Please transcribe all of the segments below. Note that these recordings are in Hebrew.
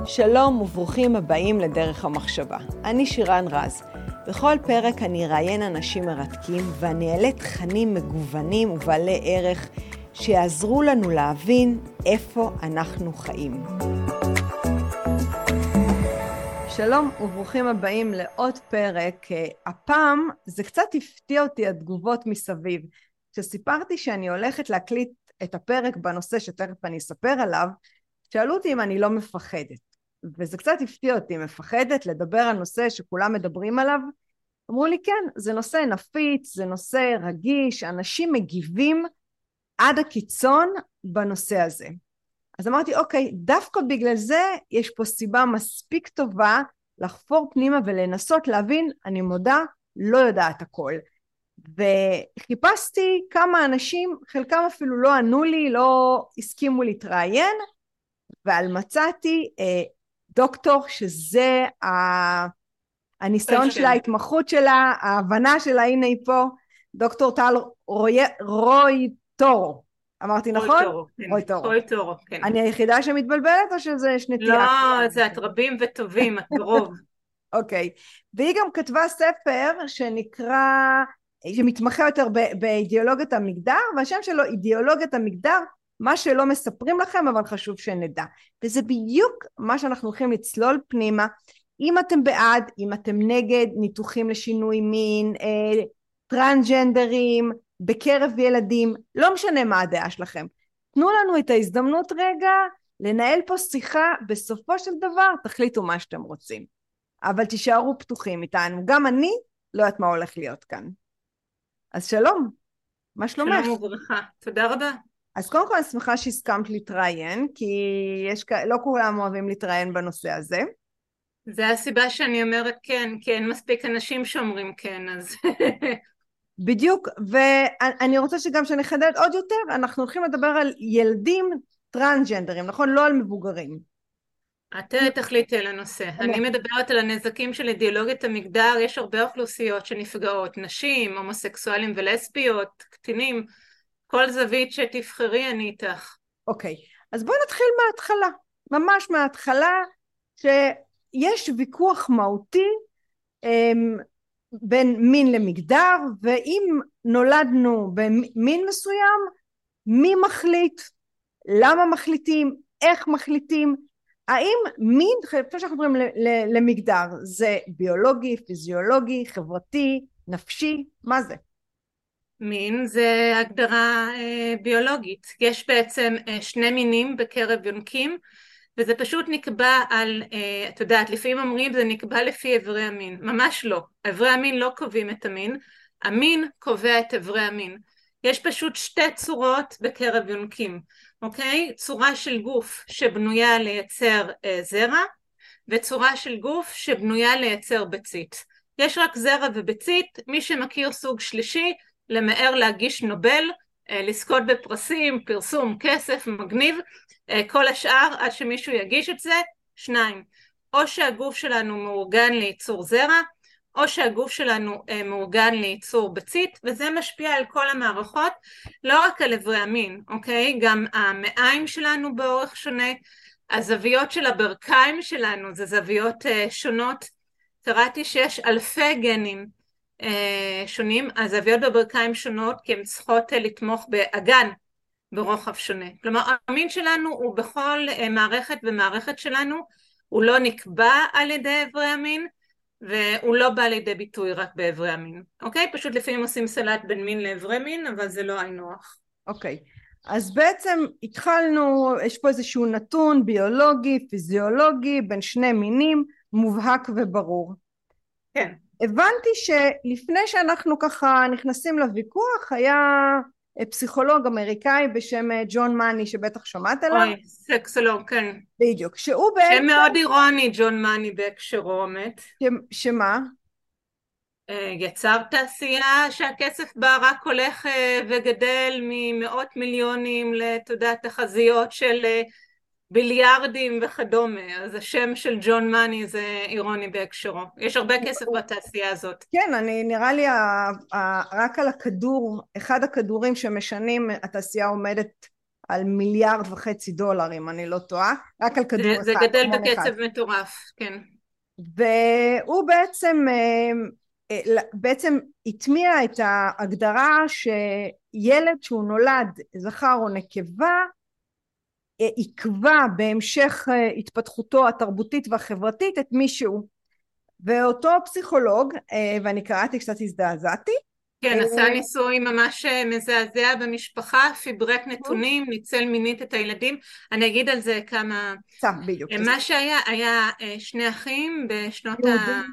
שלום וברוכים הבאים לדרך המחשבה. אני שירן רז. בכל פרק אני אראיין אנשים מרתקים ואני אעלה תכנים מגוונים ובעלי ערך שיעזרו לנו להבין איפה אנחנו חיים. שלום וברוכים הבאים לעוד פרק. הפעם זה קצת הפתיע אותי התגובות מסביב. כשסיפרתי שאני הולכת להקליט את הפרק בנושא שתכף אני אספר עליו, שאלו אותי אם אני לא מפחדת. וזה קצת הפתיע אותי, מפחדת לדבר על נושא שכולם מדברים עליו. אמרו לי כן, זה נושא נפיץ, זה נושא רגיש, אנשים מגיבים עד הקיצון בנושא הזה. אז אמרתי אוקיי, דווקא בגלל זה יש פה סיבה מספיק טובה לחפור פנימה ולנסות להבין, אני מודה, לא יודעת הכל. וחיפשתי כמה אנשים, חלקם אפילו לא ענו לי, לא הסכימו להתראיין, ועל מצאתי דוקטור שזה הניסיון שלה, ההתמחות שלה, ההבנה שלה, הנה היא פה, דוקטור טל רוי טורו. אמרתי נכון? רוי טורו, כן. אני היחידה שמתבלבלת או שזה יש נטייה? לא, זה את רבים וטובים, את ברוב. אוקיי, והיא גם כתבה ספר שנקרא, שמתמחה יותר באידיאולוגיית המגדר, והשם שלו אידיאולוגיית המגדר, מה שלא מספרים לכם אבל חשוב שנדע. וזה בדיוק מה שאנחנו הולכים לצלול פנימה. אם אתם בעד, אם אתם נגד ניתוחים לשינוי מין, טרנסג'נדרים, בקרב ילדים, לא משנה מה הדעה שלכם. תנו לנו את ההזדמנות רגע לנהל פה שיחה, בסופו של דבר תחליטו מה שאתם רוצים. אבל תישארו פתוחים איתנו. גם אני לא יודעת מה הולך להיות כאן. אז שלום, מה שלומך? שלום וברכה, תודה רבה. אז קודם כל אני שמחה שהסכמת להתראיין, כי לא כולם אוהבים להתראיין בנושא הזה. זה הסיבה שאני אומרת כן, כי אין מספיק אנשים שאומרים כן, אז... בדיוק, ואני רוצה שגם שנחדד עוד יותר, אנחנו הולכים לדבר על ילדים טרנסג'נדרים, נכון? לא על מבוגרים. את תחליטי על הנושא. אני מדברת על הנזקים של אידיאולוגיית המגדר, יש הרבה אוכלוסיות שנפגעות, נשים, הומוסקסואלים ולסביות, קטינים, כל זווית שתבחרי אני איתך. אוקיי, אז בואו נתחיל מההתחלה, ממש מההתחלה, שיש ויכוח מהותי בין מין למגדר, ואם נולדנו במין מסוים, מי מחליט, למה מחליטים, איך מחליטים, האם מין, לפני שאנחנו מדברים למגדר, זה ביולוגי, פיזיולוגי, חברתי, נפשי, מה זה? מין זה הגדרה ביולוגית. יש בעצם שני מינים בקרב יונקים, וזה פשוט נקבע על, את יודעת, לפעמים אומרים זה נקבע לפי אברי המין. ממש לא. אברי המין לא קובעים את המין, המין קובע את אברי המין. יש פשוט שתי צורות בקרב יונקים, אוקיי? צורה של גוף שבנויה לייצר זרע, וצורה של גוף שבנויה לייצר ביצית. יש רק זרע וביצית, מי שמכיר סוג שלישי, למהר להגיש נובל, לזכות בפרסים, פרסום, כסף, מגניב, כל השאר עד שמישהו יגיש את זה, שניים. או שהגוף שלנו מאורגן לייצור זרע, או שהגוף שלנו מאורגן לייצור ביצית, וזה משפיע על כל המערכות, לא רק על אברי המין, אוקיי? גם המעיים שלנו באורך שונה, הזוויות של הברכיים שלנו זה זוויות שונות, קראתי שיש אלפי גנים שונים, הזוויות בברכיים שונות כי הן צריכות לתמוך באגן ברוחב שונה. כלומר המין שלנו הוא בכל מערכת ומערכת שלנו, הוא לא נקבע על ידי אברי המין והוא לא בא לידי ביטוי רק באברי המין. אוקיי? פשוט לפעמים עושים סלט בין מין לאברי מין, אבל זה לא היינו הך. אוקיי. אז בעצם התחלנו, יש פה איזשהו נתון ביולוגי, פיזיולוגי, בין שני מינים, מובהק וברור. כן. הבנתי שלפני שאנחנו ככה נכנסים לוויכוח, היה פסיכולוג אמריקאי בשם ג'ון מאני, שבטח שמעת עליו. אוי, סקסולוג, כן. בדיוק, שהוא בעצם... שם מאוד אירוני, ג'ון מאני בהקשרו, אמת. שמה? יצר תעשייה שהכסף בה רק הולך וגדל ממאות מיליונים לתודעת תחזיות של ביליארדים וכדומה, אז השם של ג'ון מאני זה אירוני בהקשרו. יש הרבה כסף בתעשייה הזאת. כן, נראה לי רק על הכדור, אחד הכדורים שמשנים, התעשייה עומדת על $1.5 מיליארד, אם אני לא טועה, רק על כדור זה אחד, גדל הורמון אחד. בקצב מטורף, כן. והוא בעצם הטמיע את ההגדרה שילד שהוא נולד זכר או נקבה יקבע בהמשך התפתחותו התרבותית והחברתית את מי שהוא. ואותו פסיכולוג, ואני קראתי קצת הזדעזעתי, כן, עשה ניסוי ממש מזעזע במשפחה, פיברק נתונים, ניצל מינית את הילדים. אני אגיד על זה כמה... בדיוק. מה שהיה, היה שני אחים בשנות יהודים.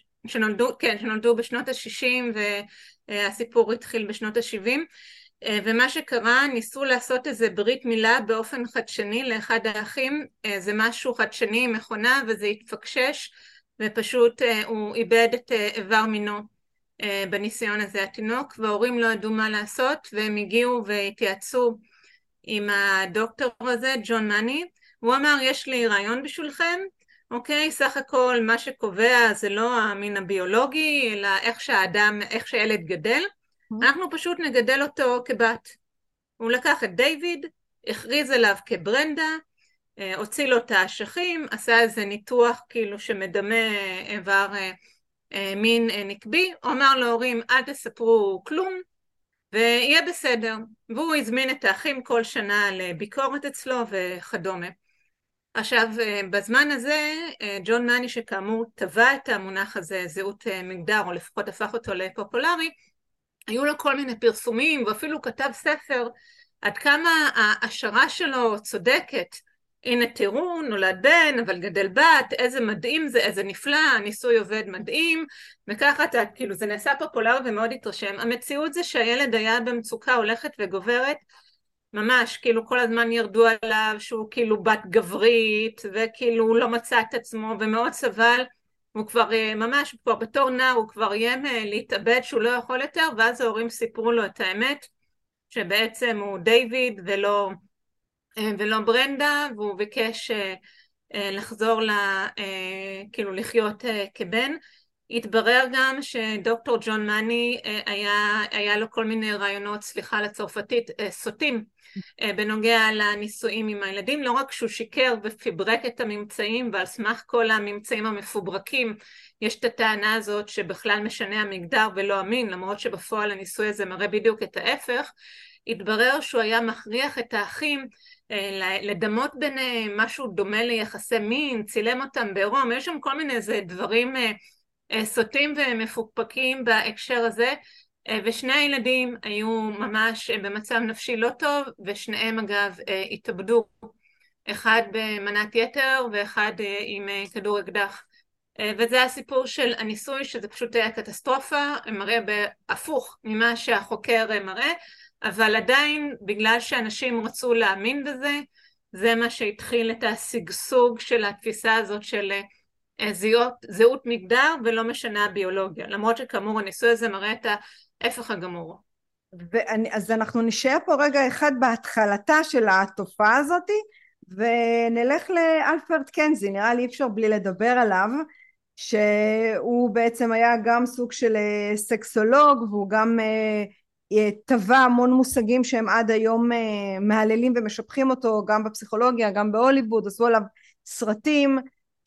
שנולדו בשנות ה-60, והסיפור התחיל בשנות ה-70. ומה שקרה, ניסו לעשות איזה ברית מילה באופן חדשני לאחד האחים. זה משהו חדשני, מכונה, וזה התפקשש, ופשוט הוא איבד את איבר מינו בניסיון הזה, התינוק, וההורים לא ידעו מה לעשות, והם הגיעו והתייעצו עם הדוקטור הזה, ג'ון מאני. הוא אמר, יש לי רעיון בשבילכם, אוקיי, סך הכל מה שקובע זה לא המין הביולוגי, אלא איך שהילד גדל, אנחנו פשוט נגדל אותו כבת. הוא לקח את דיוויד, הכריז עליו כברנדה, הוציא לו את האשכים, עשה איזה ניתוח כאילו שמדמה איבר מין נקבי, הוא אמר להורים אל תספרו כלום ויהיה בסדר, והוא הזמין את האחים כל שנה לביקורת אצלו וכדומה. עכשיו בזמן הזה ג'ון מאני, שכאמור טבע את המונח הזה זהות מגדר, או לפחות הפך אותו לפופולרי, היו לו כל מיני פרסומים, ואפילו כתב ספר עד כמה ההשערה שלו צודקת. הנה תראו, נולד בן אבל גדל בת, איזה מדהים זה, איזה נפלא, הניסוי עובד מדהים, וככה כאילו זה נעשה פופולרי ומאוד התרשם. המציאות זה שהילד היה במצוקה הולכת וגוברת, ממש כאילו כל הזמן ירדו עליו שהוא כאילו בת גברית, וכאילו הוא לא מצא את עצמו ומאוד סבל, הוא כבר ממש כבר בתור נער הוא כבר איים להתאבד שהוא לא יכול יותר, ואז ההורים סיפרו לו את האמת שבעצם הוא דיוויד ולא ברנדה, והוא ביקש לחזור כאילו לחיות כבן. התברר גם שדוקטור ג'ון מאני היה לו כל מיני רעיונות, סליחה לצרפתית, סוטים בנוגע לניסויים עם הילדים. לא רק שהוא שיקר ופיברק את הממצאים, ועל סמך כל הממצאים המפוברקים יש את הטענה הזאת שבכלל משנה המגדר ולא המין, למרות שבפועל הניסוי הזה מראה בדיוק את ההפך. התברר שהוא היה מכריח את האחים לדמות ביניהם משהו דומה ליחסי מין, צילם אותם בעירום, יש שם כל מיני דברים סוטים ומפוקפקים בהקשר הזה, ושני הילדים היו ממש במצב נפשי לא טוב, ושניהם אגב התאבדו, אחד במנת יתר ואחד עם כדור אקדח. וזה הסיפור של הניסוי, שזה פשוט היה קטסטרופה, מראה בהפוך ממה שהחוקר מראה, אבל עדיין בגלל שאנשים רצו להאמין בזה, זה מה שהתחיל את השגשוג של התפיסה הזאת של זהות מגדר ולא משנה הביולוגיה, למרות שכאמור הניסוי הזה מראה את ההפך הגמור. אז אנחנו נשאר פה רגע אחד בהתחלתה של התופעה הזאת, ונלך לאלפרד קנזי. נראה לי אי אפשר בלי לדבר עליו, שהוא בעצם היה גם סוג של סקסולוג, והוא גם טבע המון מושגים שהם עד היום מהללים ומשבחים אותו, גם בפסיכולוגיה, גם בהוליווד, עשו עליו סרטים,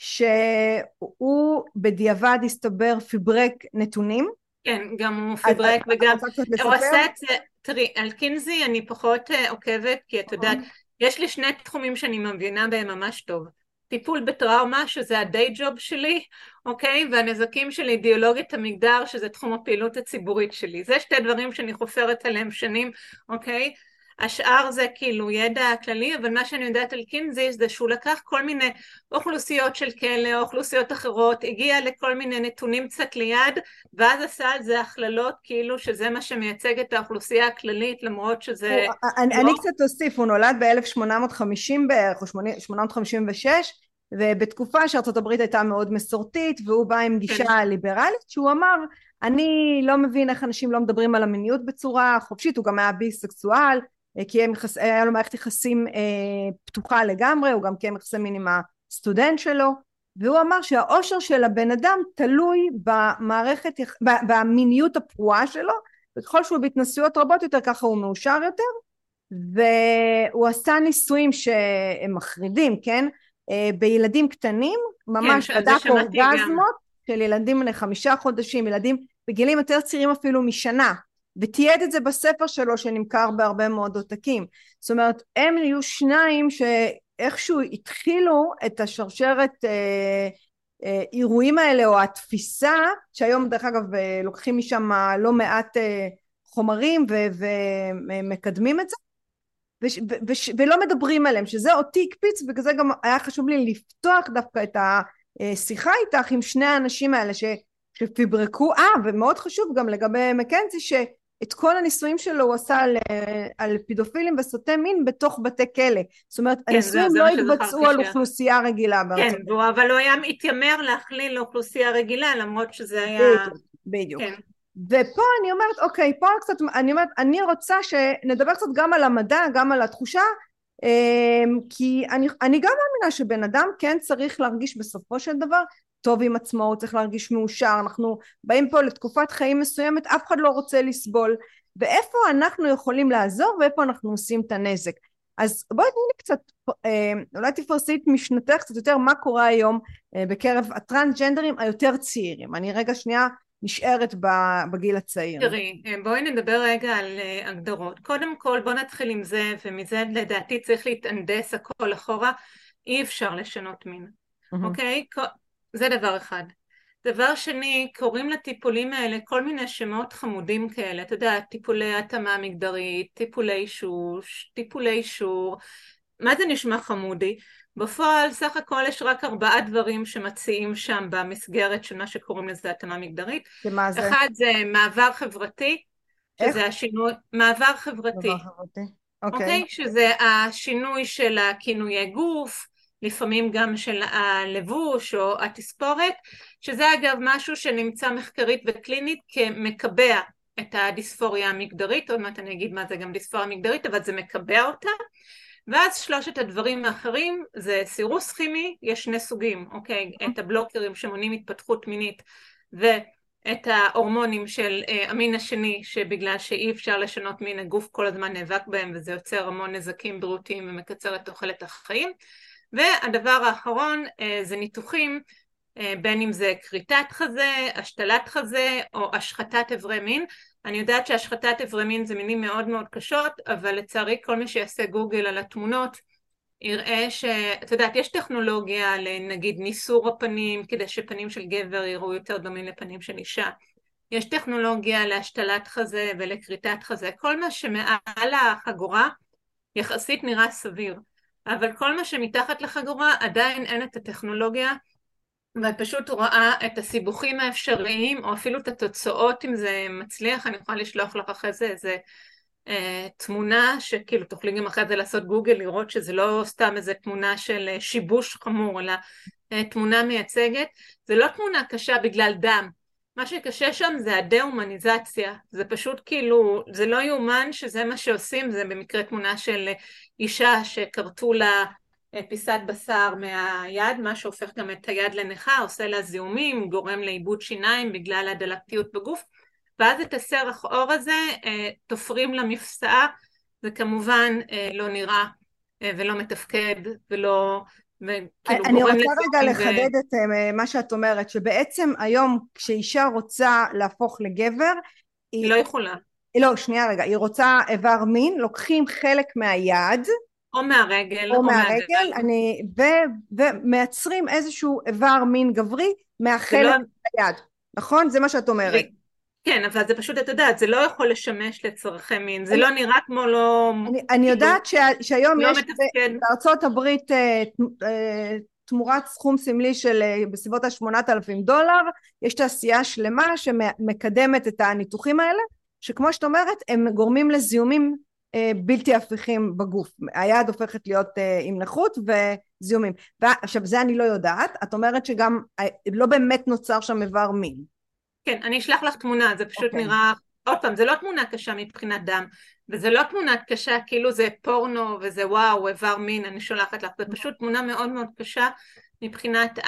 שהוא בדיעבד הסתבר פיברק נתונים. כן, גם הוא פיברק וגם הוא עושה את זה. תראי, על קינזי אני פחות עוקבת, כי את יודעת, יש לי שני תחומים שאני מבינה בהם ממש טוב. טיפול בטראומה, שזה הדיי ג'וב שלי, אוקיי? והנזקים של אידיאולוגיית המגדר, שזה תחום הפעילות הציבורית שלי. זה שתי דברים שאני חופרת עליהם שנים, אוקיי? השאר זה כאילו ידע כללי, אבל מה שאני יודעת על קינזי זה שהוא לקח כל מיני אוכלוסיות של כלא, או אוכלוסיות אחרות, הגיע לכל מיני נתונים קצת ליד, ואז עשה על זה הכללות כאילו שזה מה שמייצג את האוכלוסייה הכללית, למרות שזה... אני קצת אוסיף, הוא נולד ב-1850 בערך, או 856, ובתקופה שארצות הברית הייתה מאוד מסורתית, והוא בא עם גישה ליברלית, שהוא אמר, אני לא מבין איך אנשים לא מדברים על המיניות בצורה חופשית, הוא גם היה ביסקסואל, כי היה לו מערכת יחסים פתוחה לגמרי, הוא גם קיים יחסי מין עם הסטודנט שלו, והוא אמר שהאושר של הבן אדם תלוי במיניות הפרועה שלו, וככל שהוא בהתנסויות רבות יותר ככה הוא מאושר יותר, והוא עשה ניסויים שהם מחרידים, כן? בילדים קטנים, כן, ממש על זה בדק שמעתי גם. אורגזמות של ילדים בני 5 חודשים, ילדים בגילים יותר צעירים אפילו משנה, ותיעד את זה בספר שלו שנמכר בהרבה מאוד עותקים. זאת אומרת, הם היו שניים שאיכשהו התחילו את השרשרת אירועים האלה, או התפיסה, שהיום דרך אגב לוקחים משם לא מעט חומרים ומקדמים את זה, ולא מדברים עליהם, שזה אותי הקפיץ, ובגלל זה גם היה חשוב לי לפתוח דווקא את השיחה איתך עם שני האנשים האלה שפיברקו, ומאוד חשוב גם לגבי מקנזי, שאת כל הניסויים שלו הוא עשה על פדופילים וסוטי מין בתוך בתי כלא. זאת אומרת, כן, הניסויים זה לא מה התבצעו שזכרתי על אוכלוסייה רגילה כן, בארצות. אבל הוא היה מתיימר להכליל לאוכלוסייה רגילה, למרות שזה היה... בדיוק, בדיוק. כן, ופה אני אומרת, אוקיי, פה קצת, אני אומרת, אני רוצה שנדבר קצת גם על המדע, גם על התחושה, כי אני גם מאמינה שבן אדם כן צריך להרגיש בסופו של דבר טוב עם עצמו, הוא צריך להרגיש מאושר, אנחנו באים פה לתקופת חיים מסוימת, אף אחד לא רוצה לסבול, ואיפה אנחנו יכולים לעזור ואיפה אנחנו עושים את הנזק. אז בואי תני לי קצת, אולי תפרסי את משנתך קצת יותר מה קורה היום בקרב הטרנסג'נדרים היותר צעירים. אני רגע שנייה נשארת בגיל הצעיר. תראי, בואי נדבר רגע על הגדרות. קודם כל בוא נתחיל עם זה, ומזה לדעתי צריך להתאנדס הכל אחורה, אי אפשר לשנות מין, אוקיי? זה דבר אחד. דבר שני, קוראים לטיפולים האלה כל מיני שמות חמודים כאלה, אתה יודע, טיפולי התאמה מגדרית, טיפולי שוש, טיפולי שור, מה זה נשמע חמודי? בפועל סך הכל יש רק 4 דברים שמציעים שם במסגרת של מה שקוראים לזה התאמה מגדרית. שמה זה? אחד זה מעבר חברתי, איך? שזה השינוי, מעבר דבר חברתי, חברתי. אוקיי. אוקיי? שזה השינוי של הכינויי גוף, לפעמים גם של הלבוש או התספורת, שזה אגב משהו שנמצא מחקרית וקלינית כמקבע את הדיספוריה המגדרית, עוד מעט אני אגיד מה זה גם דיספוריה מגדרית, אבל זה מקבע אותה. ואז 3 הדברים האחרים זה סירוס כימי, יש 2 סוגים, אוקיי? את הבלוקרים שמונעים התפתחות מינית ואת ההורמונים של המין השני, שבגלל שאי אפשר לשנות מין, הגוף כל הזמן נאבק בהם וזה יוצר המון נזקים בריאותיים ומקצר את תוחלת החיים. והדבר האחרון זה ניתוחים, בין אם זה כריתת חזה, השתלת חזה או השחתת אברי מין. אני יודעת שהשחתת אברי מין זה מינים מאוד מאוד קשות, אבל לצערי כל מי שיעשה גוגל על התמונות יראה שאת יודעת, יש טכנולוגיה לנגיד ניסור הפנים כדי שפנים של גבר יראו יותר דומים לפנים של אישה, יש טכנולוגיה להשתלת חזה ולכריתת חזה, כל מה שמעל החגורה יחסית נראה סביר, אבל כל מה שמתחת לחגורה עדיין אין את הטכנולוגיה, ואת פשוט רואה את הסיבוכים האפשריים, או אפילו את התוצאות אם זה מצליח. אני יכולה לשלוח לך אחרי זה איזה תמונה, שכאילו תוכלי גם אחרי זה לעשות גוגל, לראות שזה לא סתם איזה תמונה של שיבוש חמור, אלא תמונה מייצגת. זה לא תמונה קשה בגלל דם, מה שקשה שם זה הדה-הומניזציה, זה פשוט כאילו, זה לא יאומן שזה מה שעושים, זה במקרה תמונה של אישה שקרתו לה פיסת בשר מהיד, מה שהופך גם את היד לנכה, עושה לה זיהומים, גורם לאיבוד שיניים בגלל הדלקתיות בגוף, ואז את הסרח עור הזה תופרים למפסעה, זה כמובן לא נראה ולא מתפקד ולא... אני רוצה רגע לחדד את מה שאת אומרת, שבעצם היום כשאישה רוצה להפוך לגבר, היא לא יכולה. לא, שנייה רגע, היא רוצה איבר מין, לוקחים חלק מהיד, או מהרגל, או מהרגל, ומייצרים איזשהו איבר מין גברי מהחלק מהיד, נכון? זה מה שאת אומרת. כן, אבל זה פשוט, את יודעת, זה לא יכול לשמש לצורכי מין, זה לא נראה כמו לא... אני יודעת שהיום יש בארצות הברית תמורת סכום סמלי של בסביבות $8,000, יש תעשייה שלמה שמקדמת את הניתוחים האלה, שכמו שאת אומרת, הם גורמים לזיהומים בלתי הפיכים בגוף, היד הופכת להיות עם נכות וזיהומים. עכשיו זה אני לא יודעת, את אומרת שגם לא באמת נוצר שם איבר מין. כן, אני אשלח לך תמונה, זה פשוט נראה, עוד פעם, זה לא תמונה קשה מבחינת דם, וזה לא תמונה קשה כאילו זה פורנו וזה וואו, איבר מין, אני שולחת לך, זה פשוט תמונה מאוד מאוד קשה מבחינת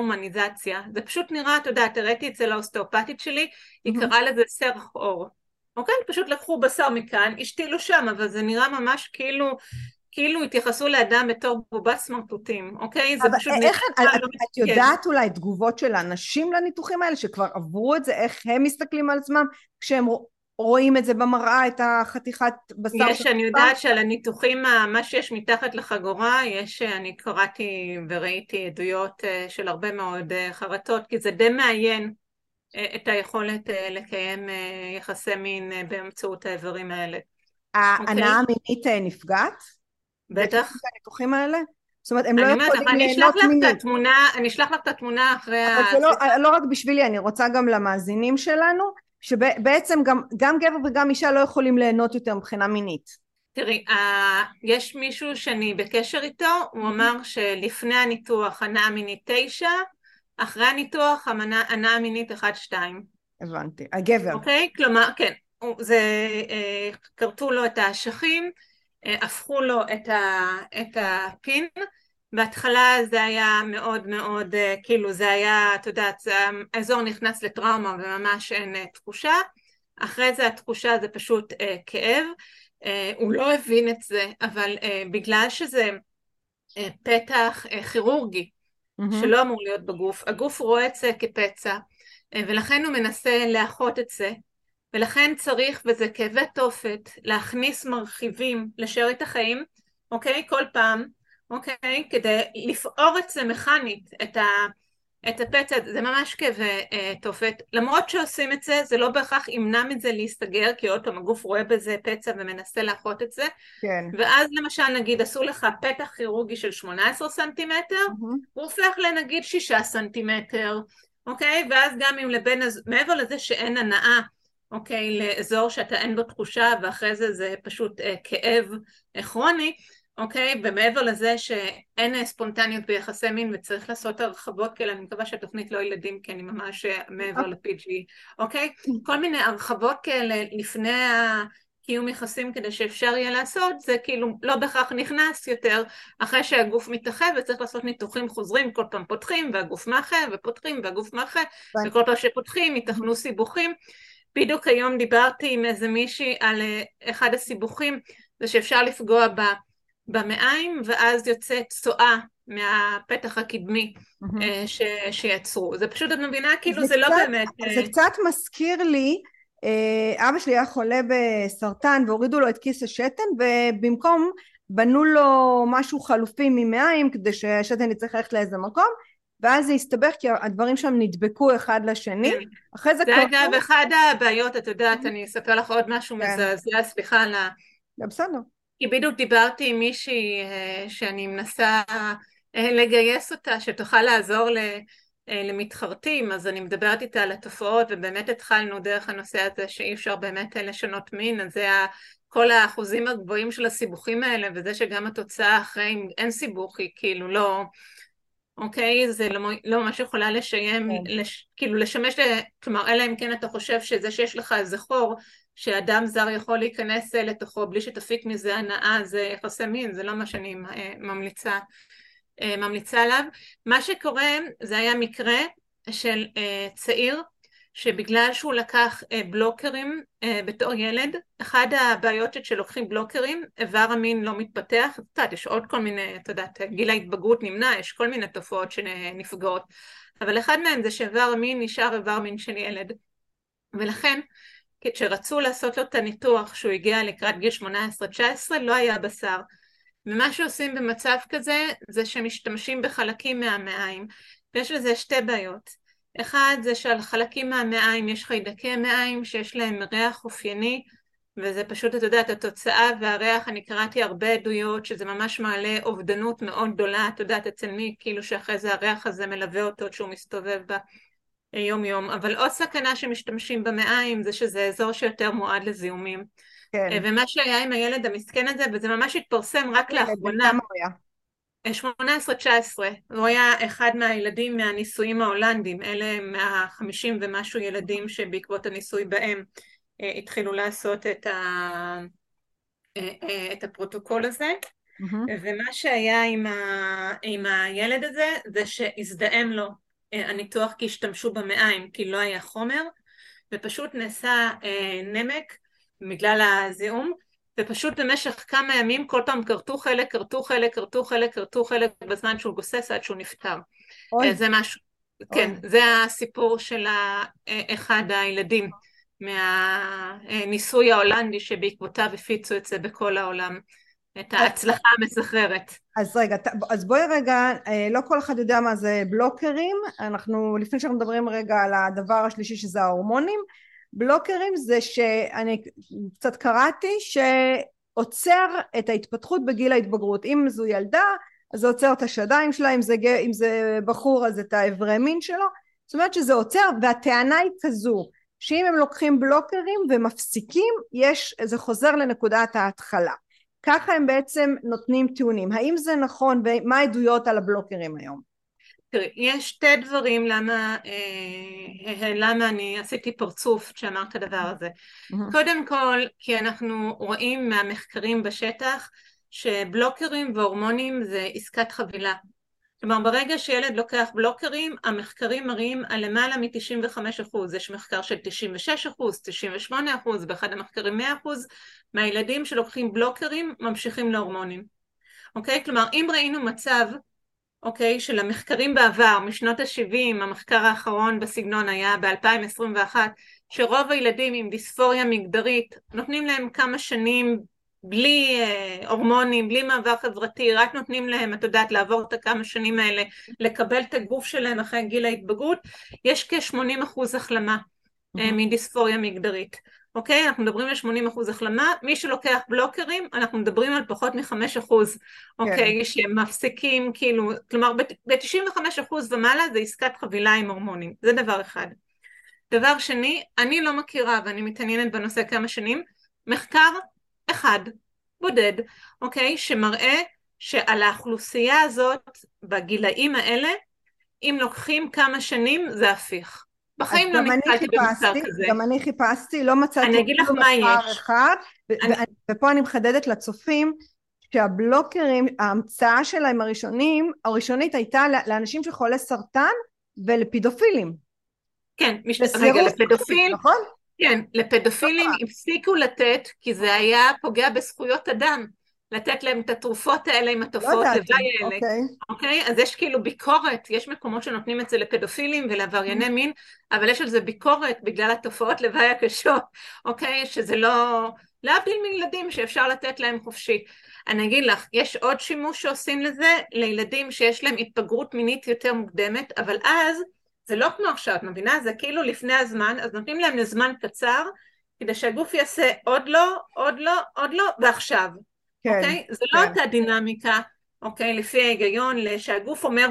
הדה-הומניזציה, זה פשוט נראה, אתה יודע, הראיתי אצל האוסטאופטית שלי, היא קראה לזה סרח עור, אוקיי? פשוט לקחו בשר מכאן, השתילו שם, אבל זה נראה ממש כאילו התייחסו לאדם בתור בובת סמרטוטים, אוקיי? זה אבל פשוט איך, נראה לא את מתפקד. יודעת אולי תגובות של האנשים לניתוחים האלה שכבר עברו את זה, איך הם מסתכלים על עצמם כשהם רואים את זה במראה, את החתיכת בשר של אני הקופה? יודעת שעל הניתוחים, מה שיש מתחת לחגורה, אני קראתי וראיתי עדויות של הרבה מאוד חרטות, כי זה די מעיין את היכולת לקיים יחסי מין באמצעות האיברים האלה, ההנאה אוקיי? המינית נפגעת בתקופת בטח. הניתוחים האלה? זאת אומרת, הם לא אני אומרת לך, יכולים ליהנות מינית. אני אשלח לך את התמונה אחרי אבל זה לא, השיחה. לא רק בשבילי, אני רוצה גם למאזינים שלנו, שבעצם גם גבר וגם אישה לא יכולים ליהנות יותר מבחינה מינית. תראי, יש מישהו שאני בקשר איתו, הוא אמר שלפני הניתוח הנאה מינית 9, אחרי הניתוח הנאה מינית 1-2. הבנתי. הגבר. אוקיי? כלומר, כן, זה, כרתו לו את האשכים, הפכו לו את הפין, בהתחלה זה היה מאוד מאוד, כאילו זה היה, את יודעת, האזור נכנס לטראומה וממש אין תחושה, אחרי זה התחושה זה פשוט כאב, הוא לא הבין את זה, אבל בגלל שזה פתח כירורגי, מהמם. שלא אמור להיות בגוף, הגוף רואה את זה כפצע, ולכן הוא מנסה לאחות את זה, ולכן צריך, וזה כאבי תופת, להכניס מרחיבים לשארית החיים, אוקיי? כל פעם, אוקיי? כדי לפעור את זה מכנית, את הפצע, זה ממש כאבי תופת. למרות שעושים את זה, זה לא בהכרח ימנע מזה להסתגר, כי עוד פעם הגוף רואה בזה פצע ומנסה לאחות את זה. כן. ואז למשל נגיד עשו לך פתח כירורגי של 18 סנטימטר, מהמם. הוא הופך לנגיד 6 סנטימטר, אוקיי? ואז גם אם מעבר לזה שאין הנאה, אוקיי, לאזור שאתה אין בו תחושה, ואחרי זה זה פשוט כאב כרוני, אוקיי? ומעבר לזה שאין ספונטניות ביחסי מין וצריך לעשות הרחבות כאלה, אני מקווה שהתוכנית לא ילדים, כי אני ממש מעבר ל-PG, אוקיי? כל מיני הרחבות כאלה לפני קיום יחסים כדי שאפשר יהיה לעשות, זה כאילו לא בהכרח נכנס יותר אחרי שהגוף מתאחה וצריך לעשות ניתוחים חוזרים, כל פעם פותחים והגוף מאחה ופותחים והגוף מאחה, וכל פעם שפותחים ייתכנו סיבוכים. בדיוק היום דיברתי עם איזה מישהי על אחד הסיבוכים, זה שאפשר לפגוע במעיים ואז יוצאת צואה מהפתח הקדמי מהמם. שיצרו. זה פשוט, את מבינה, כאילו זה זה לא קצת, באמת... זה קצת מזכיר לי, אבא שלי היה חולה בסרטן והורידו לו את כיס השתן ובמקום בנו לו משהו חלופי ממעיים כדי שהשתן יצטרך ללכת לאיזה מקום, ואז זה הסתבך כי הדברים שם נדבקו אחד לשני, כן. אחרי זה זה אגב קראו. אחד הבעיות, את יודעת, אני אספר לך עוד משהו כן, מזעזע, סליחה על זה בסדר. כי בדיוק דיברתי עם מישהי שאני מנסה לגייס אותה, שתוכל לעזור למתחרטים, אז אני מדברת איתה על התופעות, ובאמת התחלנו דרך הנושא הזה שאי אפשר באמת לשנות מין, אז זה כל האחוזים הגבוהים של הסיבוכים האלה, וזה שגם התוצאה אחרי, אם אין סיבוך, היא כאילו לא, אוקיי, זה לא ממש יכולה כן. כאילו לשמש, כלומר, אלא אם כן אתה חושב שזה שיש לך איזה חור, שאדם זר יכול להיכנס לתוכו בלי שתפיק מזה הנאה, זה יחסי מין, זה לא מה שאני ממליצה עליו. מה שקורה, זה היה מקרה של צעיר, שבגלל שהוא לקח בלוקרים בתור ילד, אחד הבעיות שלוקחים בלוקרים, איבר המין לא מתפתח, את יודעת, יש עוד כל מיני, את יודעת, גיל ההתבגרות נמנע, יש כל מיני תופעות שנפגעות, אבל אחד מהם זה שאיבר המין נשאר איבר מין של ילד, ולכן כשרצו לעשות לו את הניתוח שהוא הגיע לקראת גיל 18-19 לא היה בשר, ומה שעושים במצב כזה זה שמשתמשים בחלקים מהמעיים, ויש לזה שתי בעיות. אחד זה שעל חלקים מהמעיים יש חיידקי מעיים שיש להם ריח אופייני, וזה פשוט, את יודעת, התוצאה והריח, אני קראתי הרבה עדויות שזה ממש מעלה אובדנות מאוד גדולה, את יודעת, אצל מי כאילו שאחרי זה הריח הזה מלווה אותו כשהוא מסתובב יום יום, אבל עוד סכנה שמשתמשים במעיים זה שזה אזור שיותר מועד לזיהומים. כן. ומה שהיה עם הילד המסכן הזה, וזה ממש התפרסם רק רגע, בן לאחרונה, כמה הוא היה? 18-19, הוא היה אחד מהילדים מהניסויים ההולנדים, אלה מה50 ומשהו ילדים שבעקבות הניסוי בהם התחילו לעשות את הפרוטוקול הזה, מהמם. ומה שהיה עם הילד הזה זה שהזדהם לו הניתוח כי השתמשו במעיים כי לא היה חומר, ופשוט נעשה נמק בגלל הזיהום, ופשוט במשך כמה ימים כל פעם כרתו חלק, כרתו חלק, כרתו חלק, כרתו חלק בזמן שהוא גוסס עד שהוא נפטר. אוי, זה משהו, אוי. כן, זה הסיפור של אחד הילדים מהניסוי ההולנדי שבעקבותיו הפיצו את זה בכל העולם, את ההצלחה המסחררת. אז רגע, אז בואי רגע, לא כל אחד יודע מה זה בלוקרים, אנחנו, לפני שאנחנו מדברים רגע על הדבר השלישי שזה ההורמונים, בלוקרים זה שאני קצת קראתי שעוצר את ההתפתחות בגיל ההתבגרות, אם זו ילדה אז זה עוצר את השדיים שלה, אם זה בחור אז את האיברי מין שלו, זאת אומרת שזה עוצר, והטענה היא כזו, שאם הם לוקחים בלוקרים ומפסיקים, זה חוזר לנקודת ההתחלה. ככה הם בעצם נותנים טיעונים. האם זה נכון ומה העדויות על הבלוקרים היום? תראי, יש שתי דברים למה אני עשיתי פרצוף כשאמרת את הדבר הזה. קודם כל, כי אנחנו רואים מהמחקרים בשטח שבלוקרים והורמונים זה עסקת חבילה. כלומר, ברגע שילד לוקח בלוקרים, המחקרים מראים על למעלה מ-95%. יש מחקר של 96%, 98%, באחד המחקרים 100%, מהילדים שלוקחים בלוקרים ממשיכים להורמונים. אוקיי? כלומר, אם ראינו מצב, אוקיי, של המחקרים בעבר, משנות ה-70, המחקר האחרון בסגנון היה ב-2021, שרוב הילדים עם דיספוריה מגדרית, נותנים להם כמה שנים בלי הורמונים, בלי מעבר חברתי, רק נותנים להם, את יודעת, לעבור את הכמה שנים האלה, לקבל את הגוף שלהם אחרי גיל ההתבגרות, יש כ-80% החלמה מדיספוריה מגדרית. אוקיי? אנחנו מדברים על 80% החלמה, מי שלוקח בלוקרים, אנחנו מדברים על פחות מ5%, אוקיי? שהם מפסיקים, כאילו, כלומר, ב-95% ומעלה זה עסקת חבילה עם הורמונים, זה דבר אחד. דבר שני, אני לא מכירה, ואני מתעניינת בנושא כמה שנים, מחקר אחד, בודד, אוקיי? שמראה שעל האוכלוסייה הזאת, בגילאים האלה, אם לוקחים כמה שנים, זה הפיך. בחיים לא נתקלתי במחקר כזה. גם אני חיפשתי, לא מצאתי אני אגיד לך מה יש. אחד, ופה אני מחדדת לצופים, שהבלוקרים, ההמצאה שלהם הראשונית הייתה לאנשים שחולי סרטן ולפידופילים. כן, רגע, לפדופיל, נכון? כן, לפדופילים הפסיקו לתת, כי זה היה פוגע בזכויות אדם, לתת להם את התרופות האלה עם התופעות לוואי האלה. אוקיי? אז יש כאילו ביקורת, יש מקומות שנותנים את זה לפדופילים ולעברייני מין, אבל יש על זה ביקורת בגלל התופעות לוואי הקשות, אוקיי? שזה לא, להבדיל מילדים שאפשר לתת להם חופשי. אני אגיד לך, יש עוד שימוש שעושים לזה, לילדים שיש להם התבגרות מינית יותר מוקדמת, אבל אז זה לא כמו עכשיו, את מבינה? זה כאילו לפני הזמן, אז נותנים להם לזמן קצר, כדי שהגוף יעשה עוד לא, עוד לא, עוד לא, ועכשיו. כן, אוקיי? זה לא אותה דינמיקה, אוקיי? לפי ההיגיון, שהגוף אומר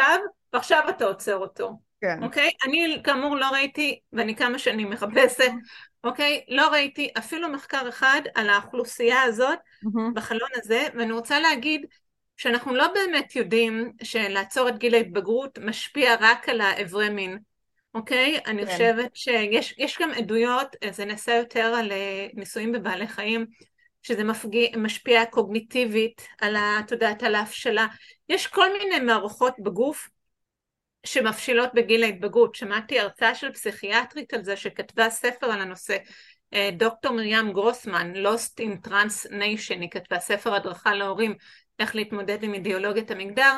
ועכשיו אתה עוצר אותו. כן. אוקיי? אני כאמור לא ראיתי, ואני כמה שנים מחפשת, אוקיי? לא ראיתי אפילו מחקר אחד על האוכלוסייה הזאת, בחלון הזה, ואני רוצה להגיד, שאנחנו לא באמת יודעים שלעצור את גיל ההתבגרות משפיע רק על האיברי מין, אוקיי? אני חושבת שיש גם עדויות, זה נעשה יותר על ניסויים בבעלי חיים, שזה משפיע קוגניטיבית על התודעת, על ההפשלה. יש כל מיני מערכות בגוף שמפשילות בגיל ההתבגרות. שמעתי הרצאה של פסיכיאטרית על זה שכתבה ספר על הנושא, דוקטור מרים גרוסמן, Lost in Transnation, היא כתבה ספר הדרכה להורים, איך להתמודד עם אידיאולוגיית המגדר,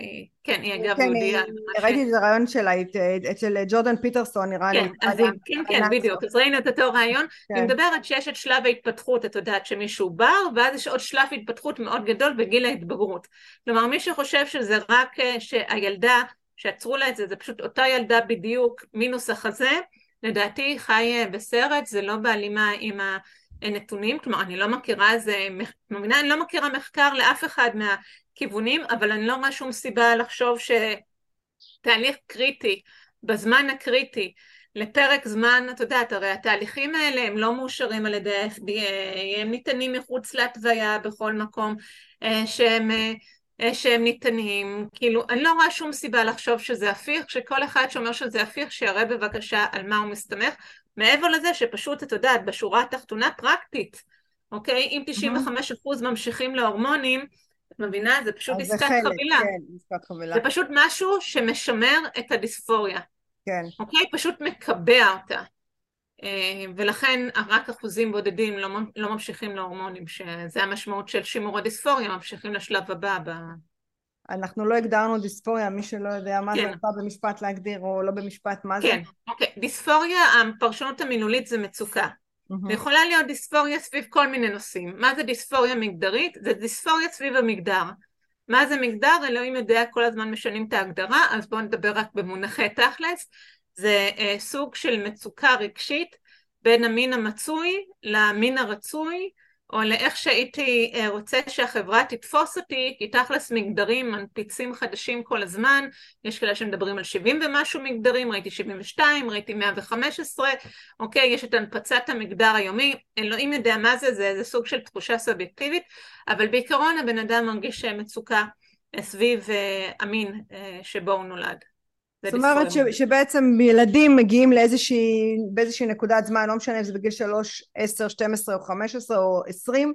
כן, היא אגב יהודיה. ראיתי את הרעיון שלה, אצל ג'ורדן פיטרסון נראה לי. כן, בדיוק, אז ראינו את אותו רעיון, היא מדברת שיש את שלב ההתפתחות, את יודעת שמישהו בר, ואז יש עוד שלב התפתחות מאוד גדול בגיל ההתבגרות. כלומר, מי שחושב שזה רק שהילדה, שעצרו לה את זה, זה פשוט אותה ילדה בדיוק, מינוס החזה, לדעתי חי בסרט, זה לא בהלימה עם הנתונים, כלומר אני לא מכירה אני לא מכירה מחקר לאף אחד מהכיוונים, אבל אני לא רואה שום סיבה לחשוב שתהליך קריטי, בזמן הקריטי, לפרק זמן, את יודעת, הרי התהליכים האלה הם לא מאושרים על ידי ה-FDA, הם ניתנים מחוץ להתוויה בכל מקום, שהם ניתנים, כאילו אני לא רואה שום סיבה לחשוב שזה הפיך, שכל אחד שאומר שזה הפיך שיראה בבקשה על מה הוא מסתמך, מעבר לזה שפשוט את יודעת בשורה התחתונה פרקטית, אוקיי? אם 95% ממשיכים להורמונים, את מבינה? זה פשוט עסקת חבילה. כן, עסקת חבילה. זה פשוט משהו שמשמר את הדיספוריה. כן. אוקיי? פשוט מקבע אותה. ולכן רק אחוזים בודדים לא ממשיכים להורמונים, שזה המשמעות של שימור הדיספוריה, ממשיכים לשלב הבא. אנחנו לא הגדרנו דיספוריה, מי שלא יודע מה זה, כן, רוצה במשפט להגדיר או לא במשפט מה זה? כן, אוקיי. דיספוריה, הפרשנות המילולית זה מצוקה. מהמם. ויכולה להיות דיספוריה סביב כל מיני נושאים. מה זה דיספוריה מגדרית? זה דיספוריה סביב המגדר. מה זה מגדר? אלוהים יודע, כל הזמן משנים את ההגדרה, אז בואו נדבר רק במונחי תכלס. זה סוג של מצוקה רגשית בין המין המצוי למין הרצוי, או לאיך שהייתי רוצה שהחברה תתפוס אותי, כי תכלס מגדרים מנפיצים חדשים כל הזמן, יש כאלה שמדברים על 70 ומשהו מגדרים, ראיתי 72, ראיתי 115, אוקיי, יש את הנפצת המגדר היומי, אלוהים יודע מה זה, זה סוג של תחושה סובייקטיבית, אבל בעיקרון הבן אדם מרגיש מצוקה סביב המין שבו הוא נולד. זאת אומרת שבעצם ילדים מגיעים באיזושהי נקודת זמן, לא משנה אם זה בגיל 3, 10, 12 או 15 או 20,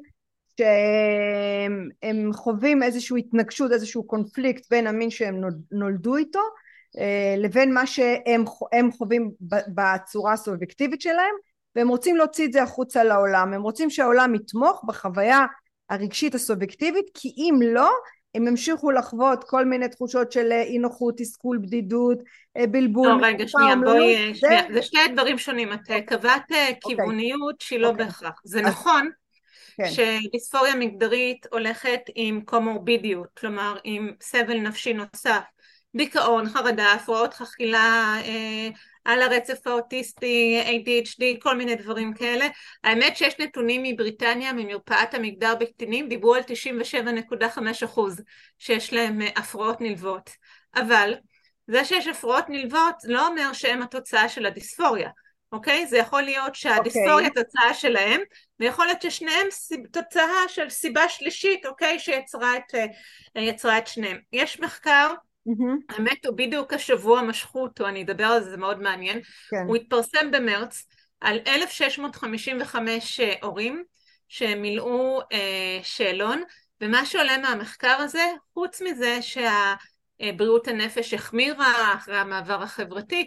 שהם חווים איזושהי התנגשות, איזשהו קונפליקט בין המין שהם נולדו איתו, לבין מה שהם חווים בצורה הסובייקטיבית שלהם, והם רוצים להוציא את זה החוצה לעולם, הם רוצים שהעולם יתמוך בחוויה הרגשית הסובייקטיבית, כי אם לא, הם המשיכו לחוות כל מיני תחושות של אי נוחות, תסכול, בדידות, בלבול, לא, רגע, שנייה, בואי, שנייה, זה שני דברים שונים, את קבעת אוקיי, כיווניות שהיא לא אוקיי. בהכרח, זה אז נכון כן, שדיספוריה מגדרית הולכת עם קומורבידיות, כלומר עם סבל נפשי נוסף, דיכאון, חרדה, הפרעות אכילה, על הרצף האוטיסטי, ADHD, כל מיני דברים כאלה. האמת שיש נתונים מבריטניה, ממרפאת המגדר בקטינים, דיברו על 97.5% שיש להם הפרעות נלוות. אבל זה שיש הפרעות נלוות לא אומר שהם התוצאה של הדיספוריה. אוקיי? זה יכול להיות אוקיי. שהדיספוריה תוצאה שלהם, ויכול להיות ששניהם תוצאה של סיבה שלישית, אוקיי? שיצרה את שניהם. יש מחקר, מהמם. האמת הוא בדיוק השבוע משכו אותו, אני אדבר על זה, זה מאוד מעניין. כן, הוא התפרסם במרץ על 1,655 הורים שמילאו שאלון, ומה שעולה מהמחקר הזה, חוץ מזה שהבריאות הנפש החמירה אחרי המעבר החברתי,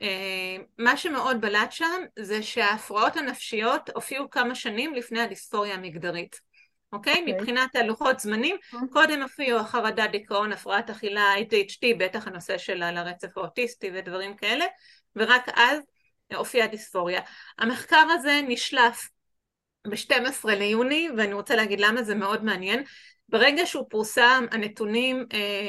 מה שמאוד בלט שם זה שההפרעות הנפשיות הופיעו כמה שנים לפני הדיספוריה המגדרית. אוקיי? אוקיי. מבחינת הלוחות זמנים, קודם הופיעו החרדה, דיכאון, הפרעת אכילה, ADHD, בטח הנושא של על הרצף האוטיסטי ודברים כאלה, ורק אז הופיעה דיספוריה. המחקר הזה נשלף ב-12 ליוני, ואני רוצה להגיד למה זה מאוד מעניין. ברגע שהוא פורסם, הנתונים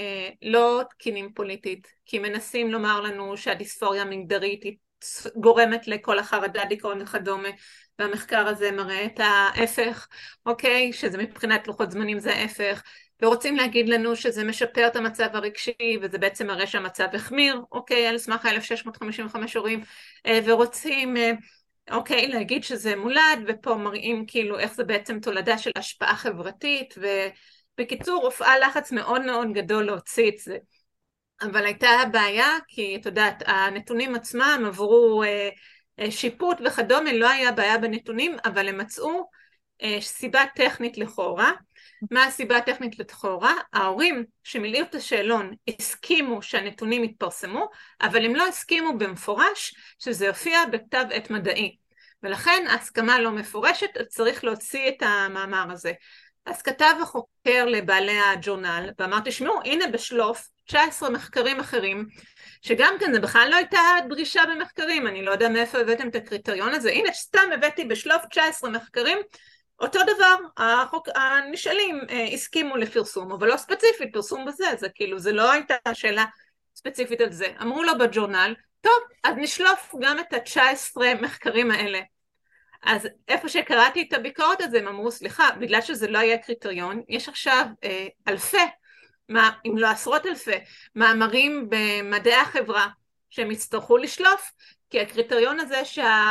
לא תקינים פוליטית, כי מנסים לומר לנו שהדיספוריה המגדרית היא גורמת לכל החרדה, דיכאון וכדומה, והמחקר הזה מראה את ההפך, אוקיי? שזה מבחינת לוחות זמנים זה ההפך, ורוצים להגיד לנו שזה משפר את המצב הרגשי, וזה בעצם מראה שהמצב החמיר, אוקיי? על סמך 1,655 הורים, ורוצים אוקיי, להגיד שזה מולד, ופה מראים כאילו איך זה בעצם תולדה של השפעה חברתית, ובקיצור הופעה לחץ מאוד מאוד גדול להוציא את זה. אבל הייתה בעיה, כי את יודעת, הנתונים עצמם עברו שיפוט וכדומה, לא היה בעיה בנתונים, אבל הם מצאו סיבה טכנית לכאורה. מה הסיבה הטכנית לכאורה? ההורים שמילאו את השאלון הסכימו שהנתונים יתפרסמו, אבל הם לא הסכימו במפורש שזה יופיע בכתב עת מדעי. ולכן ההסכמה לא מפורשת, צריך להוציא את המאמר הזה. אז כתב החוקר לבעלי הג'ורנל, ואמר, תשמעו, הנה בשלוף 19 מחקרים אחרים, שגם כן זה בכלל לא הייתה דרישה במחקרים, אני לא יודע מאיפה הבאתם את הקריטריון הזה, הנה סתם הבאתי בשלוף 19 מחקרים, אותו דבר, הנשאלים הסכימו לפרסום, אבל לא ספציפית פרסום בזה, זה כאילו, זה לא הייתה שאלה ספציפית על זה. אמרו לו בג'ורנל, טוב, אז נשלוף גם את ה-19 מחקרים האלה. אז איפה שקראתי את הביקורת הזה, הם אמרו, סליחה, בגלל שזה לא היה קריטריון, יש עכשיו אלפי, אם לא עשרות אלפי, מאמרים במדעי החברה, שהם יצטרכו לשלוף, כי הקריטריון הזה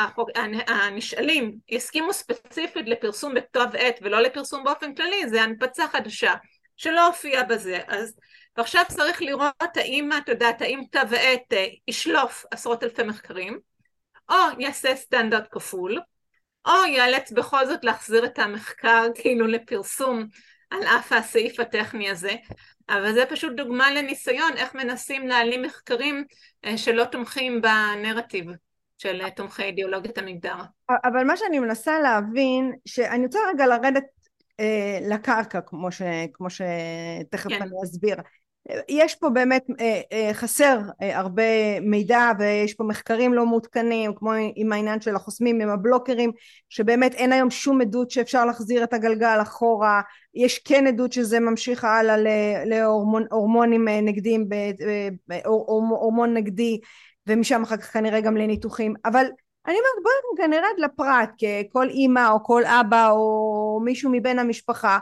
שהנשאלים יסכימו ספציפית לפרסום בכתב עת ולא לפרסום באופן כללי, זה הנפצה חדשה שלא הופיעה בזה. אז ועכשיו צריך לראות האם, את יודעת, האם כתב עת ישלוף עשרות אלפי מחקרים, או יעשה סטנדרט כפול, או ייאלץ בכל זאת להחזיר את המחקר כאילו לפרסום על אף הסעיף הטכני הזה. אבל זה פשוט דוגמה לניסיון איך מנסים להעלים מחקרים שלא תומכים בנרטיב. של תומכי אידיאולוגיית המגדר. אבל מה שאני מנסה להבין, שאני רוצה רגע לרדת לקרקע, כמו שתכף כן. אני אסביר. יש פה באמת חסר הרבה מידע, ויש פה מחקרים לא מעודכנים, כמו עם העניין של החוסמים עם הבלוקרים, שבאמת אין היום שום עדות שאפשר להחזיר את הגלגל אחורה. יש כן עדות שזה ממשיך הלאה להורמונים נגדיים, הורמון נגדי, ומשם אחר כך כנראה גם לניתוחים. אבל אני אומרת, בואו נרד לפרט, ככל אימא או כל אבא או מישהו מבין המשפחה